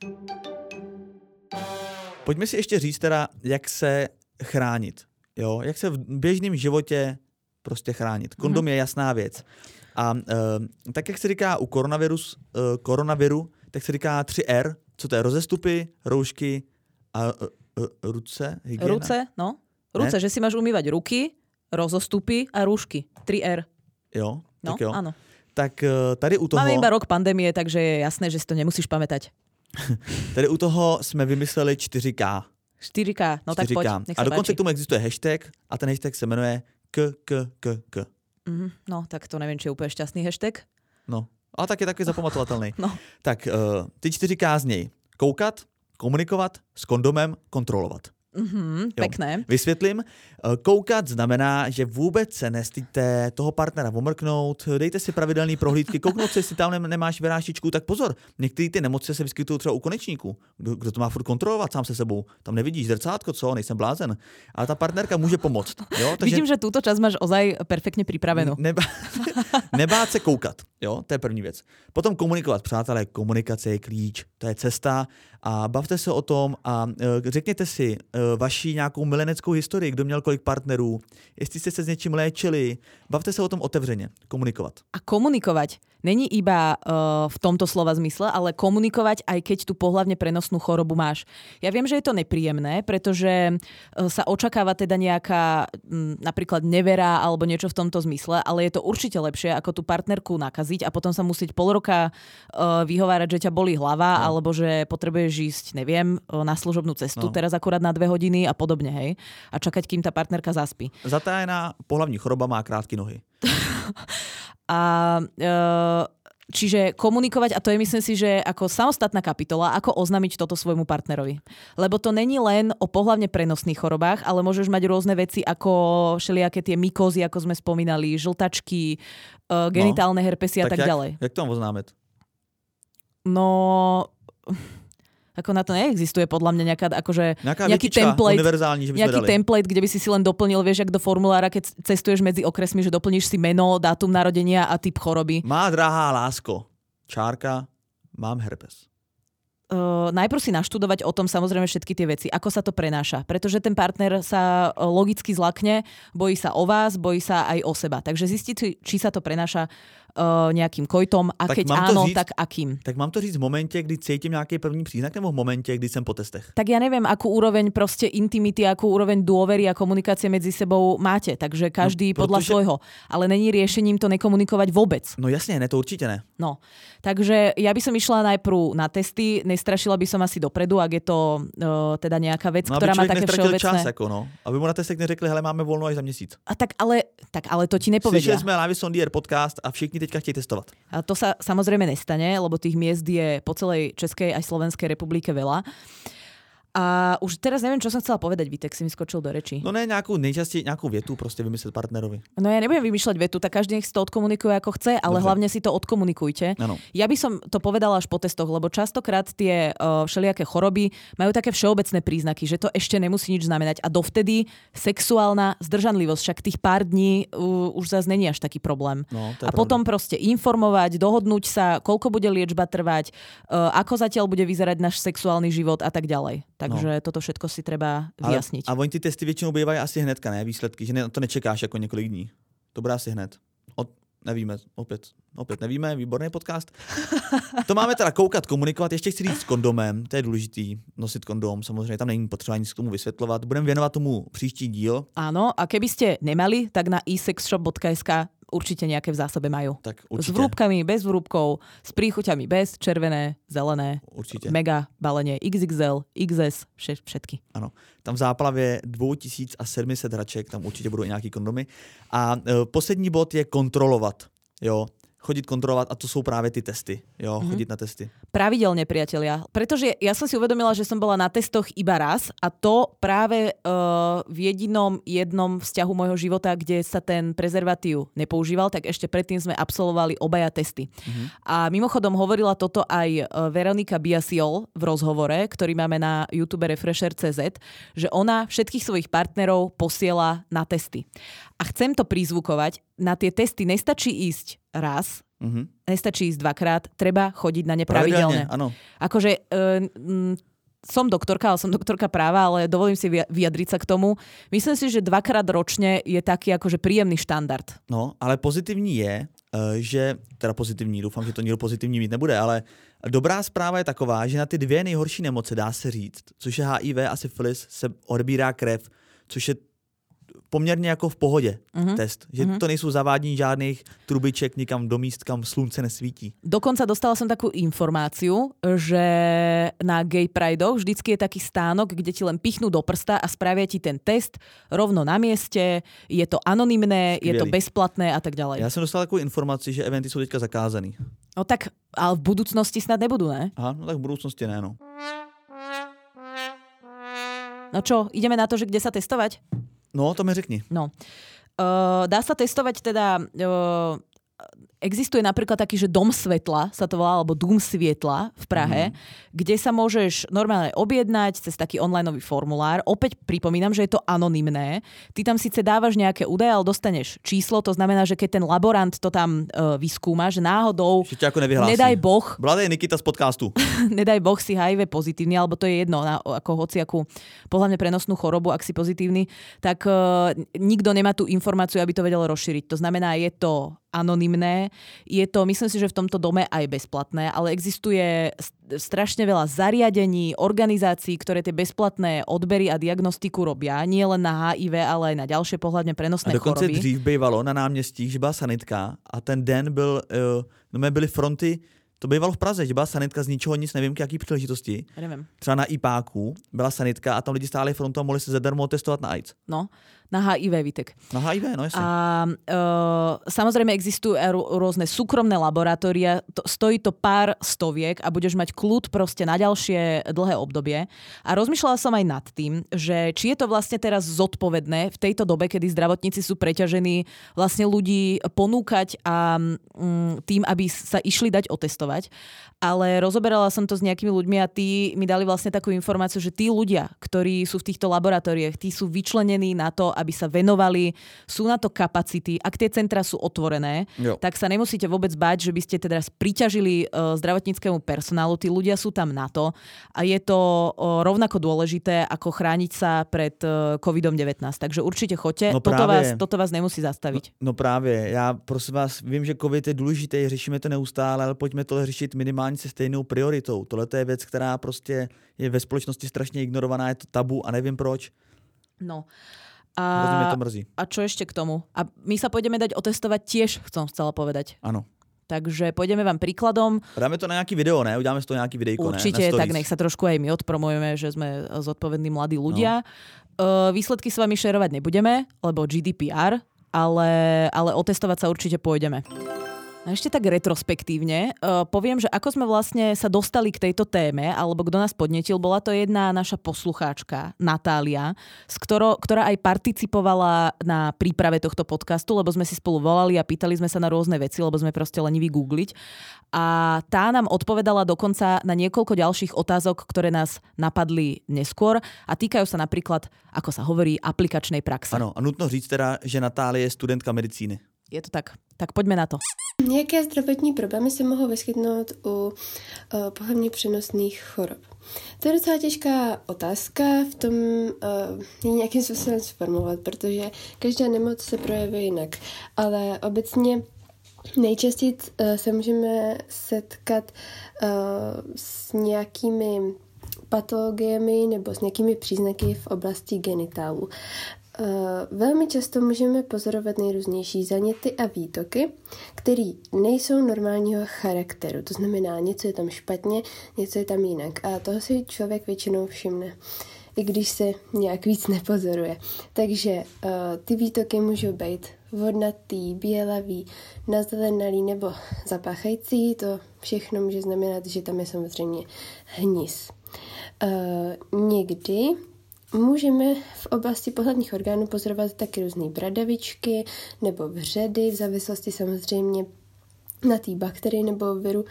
Pojďme si ještě říct teda, jak se chránit. Jo, jak se v běžném životě prostě chránit. Kondom je jasná věc. A tak, jak se říká u koronaviru, tak se říká 3R. Co to je? Rozestupy, roušky a ruce? Hygiena? Ruce, no. Ruce, ne? Že si máš umývať ruky, rozostupy a rúšky. 3R. Jo, no, tak jo. Áno. Tak tady u toho... Máme iba rok pandémie, takže je jasné, že si to nemusíš pamätať. Tady u toho jsme vymysleli 4K. 4K, no 4K. Tak poď, nech sa a dokonce páči. k tomu existuje hashtag a ten hashtag se jmenuje K. No, tak to neviem, či je úplne šťastný hashtag. No, ale tak je takový zapamatovatelný. No. Tak ty 4 kázněj. Koukat, komunikovat, s kondomem, kontrolovat. Pekné. Vysvětlím. Koukat znamená, že vůbec se nestýte toho partnera omrknout, dejte si pravidelné prohlídky, kouknout se, jestli tam nemáš vyrážičku, tak pozor, některé ty nemoci se vyskytují třeba u konečníků. Kdo to má furt kontrolovat sám se sebou? Tam nevidíš zrcátko, co? Nejsem blázen. Ale ta partnerka může pomoct. Jo? Takže Vidím, že túto časť máš ozaj perfektne pripravenú. Nebát se koukat, jo? To je první věc. Potom komunikovat, přátelé, komunikace je klíč, to je cesta a bavte se o tom a řekněte si vaši nějakou mileneckou historii, kdo měl kolik partnerů, jestli jste se s něčím léčili, bavte se o tom otevřeně, komunikovat. A komunikovať není iba v tomto slova zmysle, ale komunikovať aj keď tú pohlavne prenosnú chorobu máš. Ja viem, že je to nepríjemné, pretože sa očakáva teda nejaká napríklad nevera alebo niečo v tomto zmysle, ale je to určite lepšie, ako tú partnerku nakaziť a potom sa musieť pol roka vyhovárať, že ťa bolí hlava, alebo že potrebuješ ísť, neviem, na služobnú cestu, teraz akurát na 2 hodiny a podobne, hej. A čakať, kým tá partnerka zaspí. Zatájená pohlavní choroba má krátky nohy. A čiže komunikovať, a to je myslím si, že ako samostatná kapitola, ako oznámiť toto svojmu partnerovi. Lebo to není len o pohlavne prenosných chorobách, ale môžeš mať rôzne veci ako všelijaké tie mykózy, ako sme spomínali, žltačky, genitálne herpesy a tak ďalej. Jak to mám oznámiť? No... Ako na to neexistuje podľa mňa nejaký template, template, kde by si len doplnil, vieš, jak do formulára, keď cestuješ medzi okresmi, že doplníš si meno, dátum narodenia a typ choroby. Má drahá lásko, čárka, mám herpes. Najprv si naštudovať o tom samozrejme všetky tie veci, ako sa to prenáša. Pretože ten partner sa logicky zlakne, bojí sa o vás, bojí sa aj o seba. Takže zistiť, či sa to prenáša nejakým kojtom a tak keď áno, tak akým. Tak mám to říct v momente, kdy cítím nějaký první příznak, nebo v momente, kdy jsem po testech? Tak ja neviem, akú úroveň proste intimity, akú úroveň dôvery a komunikácie medzi sebou máte. Takže každý podľa svojho. Ale není riešením to nekomunikovať vôbec. No jasne, ne, to určite ne. No, takže ja by som išla najprv na testy, nestrašila by som asi dopredu, ak je to teda nejaká vec, ktorá má také všeobecné. Čas, ako, no. Aby mu na testech neřekli, hele, máme voľno až za měsíc. A tak ale to ti nepovedia. Slyšeli sme Live on the Air podcast a všichni teďka chtějí testovat. A to sa samozrejme nestane, lebo tých miest je po celej Českej aj Slovenskej republike veľa. A už teraz neviem, čo som chcela povedať, Vítek, si mi skočil do rečí. No ne, nejakú vietu proste vymyslet partnerovi. No ja nebudem vymýšľať vetu, tak každý nech si to odkomunikuje ako chce, ale hlavne si to odkomunikujte. Ano. Ja by som to povedala až po testoch, lebo častokrát tie všelijaké choroby majú také všeobecné príznaky, že to ešte nemusí nič znamenať a dovtedy sexuálna zdržanlivosť, však tých pár dní už zase není až taký problém. No, a potom proste informovať, dohodnúť sa, koľko bude liečba trvať, ako zatiaľ bude vyzerať náš sexuálny život a tak ďalej. Takže toto všetko si treba vyjasniť. A oni ty testy většinou bývají asi hnedka, ne? Výsledky, že to nečekáš jako několik dní. To bude asi hned. Nevíme, opět nevíme, výborný podcast. To máme teda koukat, komunikovat, ještě chci říct s kondomem, to je důležitý, nosit kondom, samozřejmě tam není potřeba nic k tomu vysvětlovat. Budeme věnovat tomu příští díl. Áno, a keby ste nemali, tak na esexshop.sk určite nejaké v zásobe majú. Tak určite. S vrúbkami, bez vrúbkov, s príchuťami bez, červené, zelené, určite. Mega balenie XXL, XS, všetky. Ano, tam v záplavě 2700 hraček, tam určitě budou nějaký kondomy. A poslední bod je kontrolovat, jo. Chodit kontrolovat a to sú práve ty testy. Jo, chodiť na testy. Pravidelne, priatelia. Pretože ja som si uvedomila, že som bola na testoch iba raz a to práve v jednom vzťahu môjho života, kde sa ten prezervatív nepoužíval, tak ešte predtým sme absolvovali obaja testy. A mimochodom hovorila toto aj Veronika Biasiol v rozhovore, ktorý máme na YouTube Refresher.cz, že ona všetkých svojich partnerov posiela na testy. A chcem to prizvukovať, na tie testy nestačí ísť raz, nestačí ísť dvakrát, treba chodiť na ne pravidelne. Akože som doktorka práva, ale dovolím si vyjadriť sa k tomu. Myslím si, že 2-krát ročne je taký akože príjemný štandard. No, ale pozitivní je, že, teda pozitivní, doufám, že to nikdo pozitivní mít nebude, ale dobrá zpráva je taková, že na ty 2 nejhorší nemoci dá se říct, což je HIV a syfilis, se odebírá krev, což je poměrně jako v pohodě test. Že to nejsou zavádění žádných trubiček nikam do míst, kam slunce nesvítí. Dokonca dostala som takú informáciu, že na Gay Prideoch vždycky je taký stánok, kde ti len pichnú do prsta a spravia ti ten test rovno na mieste, je to anonymné, je to bezplatné a tak ďalej. Já jsem dostal takovou informaci, že eventy jsou teďka zakázaný. No tak, ale v budúcnosti snad nebudú, ne? Aha, no tak v budoucnosti ne, no. No čo, ideme na to, že kde sa testovať? No, to mi řekni. No. Dá sa testovať teda... Existuje napríklad taký, že Dom svetla sa to volá, alebo Dům svietla v Prahe, kde sa môžeš normálne objednať cez taký onlineový formulár. Opäť pripomínam, že je to anonymné. Ty tam síce dávaš nejaké údaje, ale dostaneš číslo, to znamená, že keď ten laborant to tam vyskúma, že náhodou, nedaj Boh... Byla tady Nikita z podcastu. Nedaj Boh si HIV pozitívny, alebo to je jedno, ako hociakú pohlavne prenosnú chorobu, ak si pozitívny, tak nikto nemá tú informáciu, aby to vedel rozšíriť. To znamená, je to anonymné. Je to, myslím si, že v tomto dome aj bezplatné, ale existuje strašne veľa zariadení, organizácií, ktoré tie bezplatné odbery a diagnostiku robia. Nie len na HIV, ale aj na ďalšie pohľadne prenosné choroby. A dokonce dřív bývalo na náměstích, že byla sanitka a ten den byl, byly fronty. To bývalo v Praze, že byla sanitka z ničeho nic, nevím k jaký příležitosti. Nevím. Třeba na IPáku byla sanitka a tam lidi stáli frontu a mohli se zadarmo testovat na AIDS. No, na HIV, Vítek. Na HIV, no jasne. A samozrejme existujú rôzne súkromné laboratória, stojí to pár stoviek a budeš mať kľud proste na ďalšie dlhé obdobie. A rozmýšľala som aj nad tým, že či je to vlastne teraz zodpovedné v tejto dobe, kedy zdravotníci sú preťažení, vlastne ľudí ponúkať a tým, aby sa išli dať otestovať. Ale rozoberala som to s nejakými ľuďmi a tí mi dali vlastne takú informáciu, že tí ľudia, ktorí sú v týchto laboratóriách, tí sú vyčlenení na to, aby sa venovali, sú na to kapacity. Ak tie centra sú otvorené, tak sa nemusíte vôbec báť, že by ste teda priťažili zdravotníckému personálu. Tí ľudia sú tam na to a je to rovnako dôležité, ako chrániť sa pred COVID-19. Takže určite choďte. No toto vás nemusí zastaviť. No právě. Já prosím vás, vím, že COVID je důležitý, řešíme to neustále, ale pojďme to řešit minimálně se stejnou prioritou. Tohle je věc, která prostě je ve společnosti strašně ignorovaná, je to tabu a nevím proč. No. A to mrzí. A čo ešte k tomu? A my sa pôjdeme dať otestovať tiež, som chcela povedať. Áno. Takže pôjdeme vám príkladom. Dáme to na nejaký video, ne? Uděláme z toho nejaký videjko, určite, ne? Tak nech sa trošku aj my odpromujeme, že sme zodpovední mladí ľudia. No. Výsledky s vami šerovať nebudeme, lebo GDPR, ale otestovať sa určite pôjdeme. A ešte tak retrospektívne poviem, že ako sme vlastne sa dostali k tejto téme, alebo kto nás podnetil, bola to jedna naša poslucháčka, Natália, ktorá aj participovala na príprave tohto podcastu, lebo sme si spolu volali a pýtali sme sa na rôzne veci, lebo sme proste leniví googliť. A tá nám odpovedala dokonca na niekoľko ďalších otázok, ktoré nás napadli neskôr a týkajú sa napríklad, ako sa hovorí, aplikačnej praxe. Ano, a nutno říct teda, že Natália je studentka medicíny. Je to tak. Tak poďme na to. Jaké zdravotní problémy se mohou vyskytnout u pohlavně přenosných chorob? To je docela těžká otázka v tom nějakým způsobem sformulovat, protože každá nemoc se projevuje jinak. Ale obecně nejčastěji se můžeme setkat s nějakými patologiemi nebo s nějakými příznaky v oblasti genitálu. Velmi často můžeme pozorovat nejrůznější záněty a výtoky, které nejsou normálního charakteru. To znamená, něco je tam špatně, něco je tam jinak. A toho si člověk většinou všimne, i když se nějak víc nepozoruje. Takže ty výtoky můžou být vodnatý, bělavý, nazelenalý nebo zapáchající. To všechno může znamenat, že tam je samozřejmě hnis. Někdy můžeme v oblasti pohlavních orgánů pozorovat taky různé bradavičky nebo vředy, v závislosti samozřejmě na té bakterii nebo viru,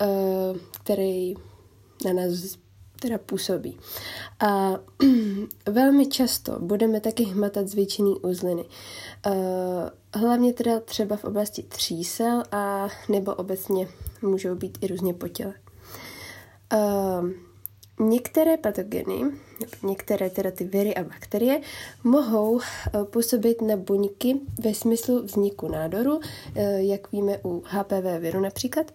který na nás teda působí. A velmi často budeme taky hmatat zvětšený uzliny. Hlavně teda třeba v oblasti třísel a nebo obecně můžou být i různě po těle. Některé patogeny, některé teda ty viry a bakterie mohou působit na buňky ve smyslu vzniku nádoru, jak víme u HPV viru například.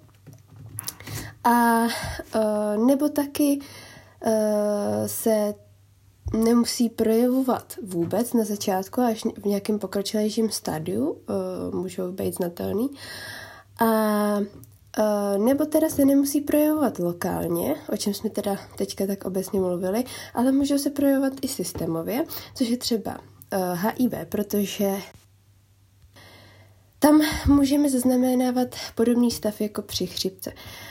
A nebo taky se nemusí projevovat vůbec na začátku, až v nějakém pokročilejším stádiu můžou být znatelný. Nebo teda se nemusí projevovat lokálně, o čem jsme teda teďka tak obecně mluvili, ale můžou se projevovat i systémově, což je třeba HIV, protože tam můžeme zaznamenávat podobný stav jako při chřipce.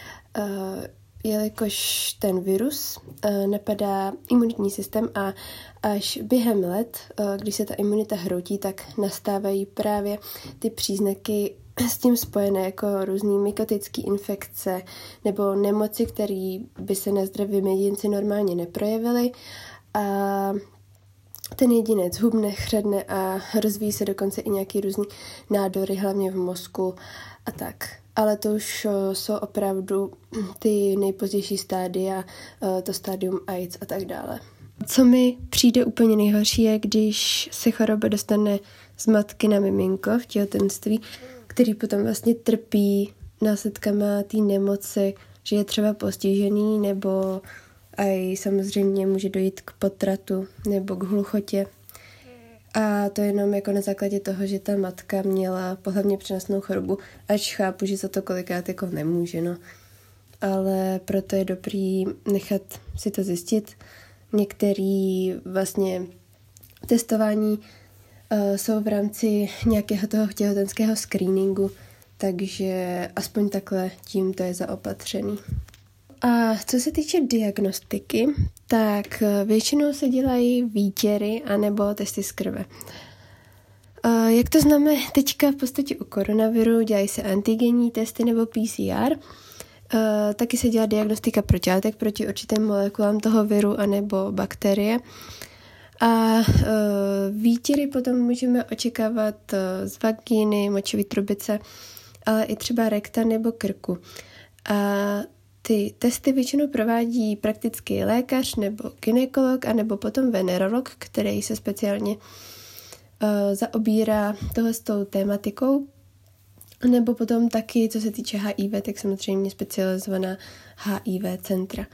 Jelikož ten virus napadá imunitní systém a až během let, když se ta imunita hroutí, tak nastávají právě ty příznaky s tím spojené jako různý mykotické infekce nebo nemoci, které by se na zdravím jedinci normálně neprojevily. A ten jedinec hubne, chřadne a rozvíjí se dokonce i nějaký různý nádory, hlavně v mozku a tak. Ale to už jsou opravdu ty nejpozdější stádia, to stádium AIDS a tak dále. Co mi přijde úplně nejhorší je, když se choroba dostane z matky na miminko v těhotenství, který potom vlastně trpí následkama té nemoci, že je třeba postižený, nebo i samozřejmě může dojít k potratu nebo k hluchotě. A to jenom jako na základě toho, že ta matka měla pohlavně přenosnou chorobu, ač chápu, že za to kolikrát jako nemůže, no. Ale proto je dobrý nechat si to zjistit. Některý vlastně testování jsou v rámci nějakého toho těhotenského screeningu, takže aspoň takhle tím to je zaopatřený. A co se týče diagnostiky, tak většinou se dělají výtěry anebo testy z krve. Jak to známe teďka v podstatě u koronaviru, dělají se antigenní testy nebo PCR, taky se dělá diagnostika protilátek proti určitým molekulám toho viru anebo bakterie. A výtěry potom můžeme očekávat z vagíny, močové trubice, ale i třeba rekta nebo krku. A ty testy většinou provádí praktický lékař nebo gynekolog, anebo potom venerolog, který se speciálně zaobírá s tou tématikou. Nebo potom taky, co se týče HIV, tak samozřejmě specializovaná HIV centra.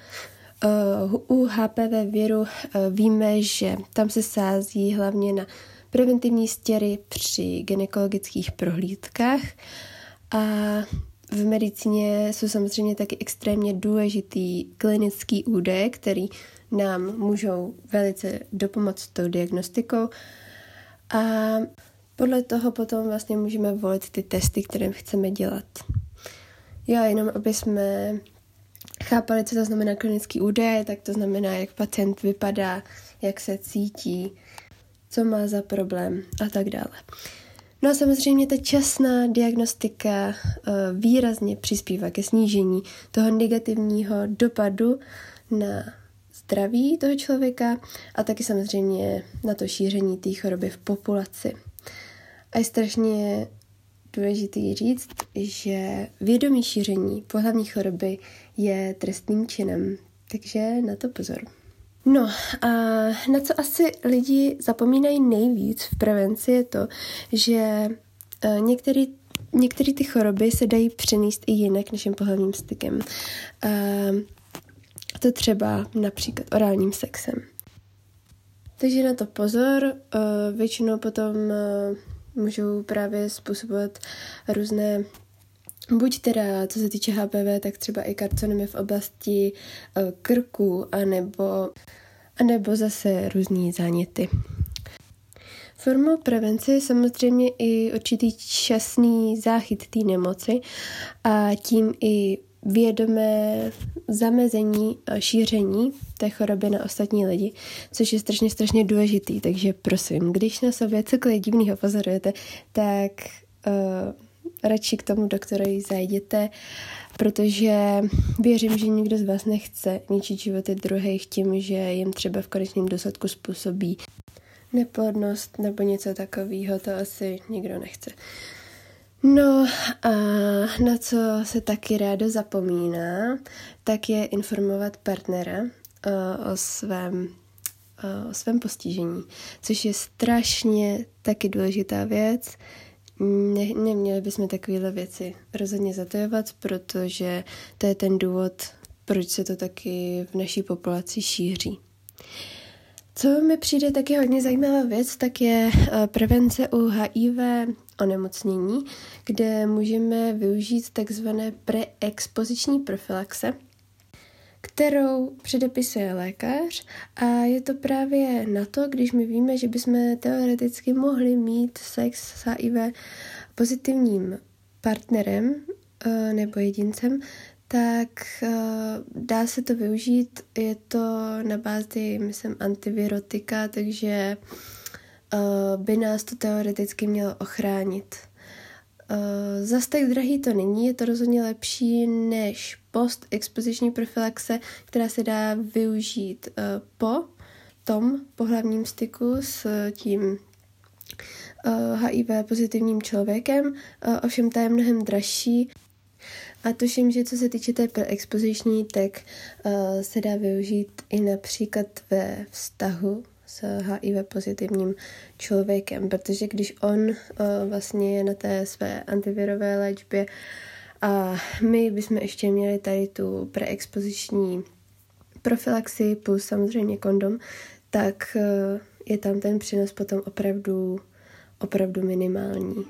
U HPV viru víme, že tam se sází hlavně na preventivní stěry při gynekologických prohlídkách a v medicíně jsou samozřejmě taky extrémně důležitý klinický údaje, který nám můžou velice dopomoct s tou diagnostikou a podle toho potom vlastně můžeme volit ty testy, které chceme dělat. Já jenom, aby jsme chápali, co to znamená klinický údaje, tak to znamená, jak pacient vypadá, jak se cítí, co má za problém a tak dále. No a samozřejmě ta časná diagnostika výrazně přispívá ke snížení toho negativního dopadu na zdraví toho člověka a taky samozřejmě na to šíření té choroby v populaci. A je strašně důležitý říct, že vědomí šíření pohlavní choroby je trestným činem, takže na to pozor. No a na co asi lidi zapomínají nejvíc v prevenci je to, že některé ty choroby se dají přenést i jinak než jen pohlavním stykem. To třeba například orálním sexem. Takže na to pozor, většinou potom můžou právě způsobovat různé, buď teda, co se týče HPV, tak třeba i karcinomy v oblasti krku, anebo zase různý záněty. Formou prevence je samozřejmě i určitý časný záchyt té nemoci a tím i vědomé zamezení šíření té choroby na ostatní lidi, což je strašně důležitý. Takže prosím, když na sobě cokoliv divného pozorujete, tak radši k tomu doktorovi zajděte, protože věřím, že nikdo z vás nechce ničit životy druhých tím, že jim třeba v konečném důsledku způsobí neplodnost nebo něco takového, to asi nikdo nechce. No a na co se taky rádo zapomíná, tak je informovat partnera o svém postižení, což je strašně taky důležitá věc. Neměli bychom takovéhle věci rozhodně zatajovat, protože to je ten důvod, proč se to taky v naší populaci šíří. Co mi přijde taky hodně zajímavá věc, tak je prevence u HIV onemocnění, kde můžeme využít takzvané preexpoziční profilaxe, kterou předepisuje lékař a je to právě na to, když my víme, že bychom teoreticky mohli mít sex s HIV pozitivním partnerem nebo jedincem, tak dá se to využít. Je to na bázi, myslím, antivirotika, takže by nás to teoreticky mělo ochránit. Zas tak drahý to není, je to rozhodně lepší než postexpoziční profilaxe, která se dá využít po tom pohlavním styku s tím HIV pozitivním člověkem, ovšem ta je mnohem dražší. A tuším, že co se týče té preexpoziční, tak se dá využít i například ve vztahu s HIV pozitivním člověkem, protože když on vlastně je na té své antivirové léčbě a my bychom ještě měli tady tu preexpoziční profilaxi plus samozřejmě kondom, tak je tam ten přínos potom opravdu minimální.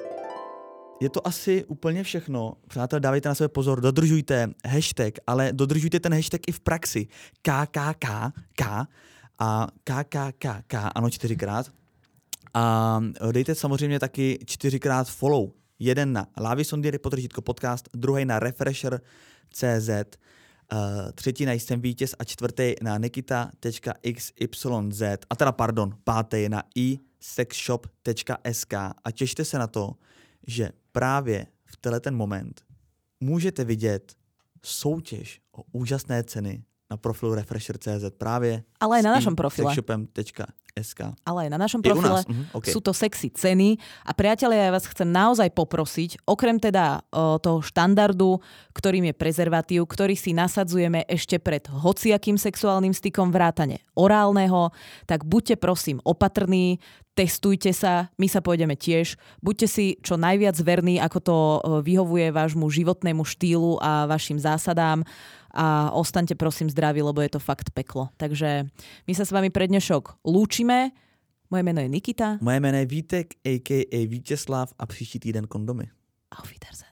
Je to asi úplně všechno. Přátelé, dávejte na sebe pozor, dodržujte hashtag, ale dodržujte ten hashtag i v praxi. KKKK a KKKK, ano 4krát. A dejte samozřejmě taky 4krát follow. Jeden na Lavisondiry _podcast, druhý na Refresher.cz, třetí na Jsem vítěz a čtvrtý na nikita.xyz a teda pátý na isexshop.sk a těšte se na to, že právě v tenhle moment můžete vidět soutěž o úžasné ceny na profilu Refresher.cz právě ale aj na našom profile. Sexshopem.sk. Ale aj na našom profile okay. Sú to sexy ceny a priatelia, ja vás chcem naozaj poprosiť, okrem teda toho štandardu, ktorým je prezervatív, ktorý si nasadzujeme ešte pred hociakým sexuálnym stykom vrátane orálneho, tak buďte prosím opatrní, testujte sa, my sa pôjdeme tiež, buďte si čo najviac verní, ako to vyhovuje vášmu životnému štýlu a vašim zásadám a ostaňte prosím zdraví, lebo je to fakt peklo. Takže my sa s vami pre dnešok lúčime. Moje meno je Nikita. Moje jméno je Vítek, a.k.a. Vítězslav a příští týden kondomy. Auf Wiedersehen.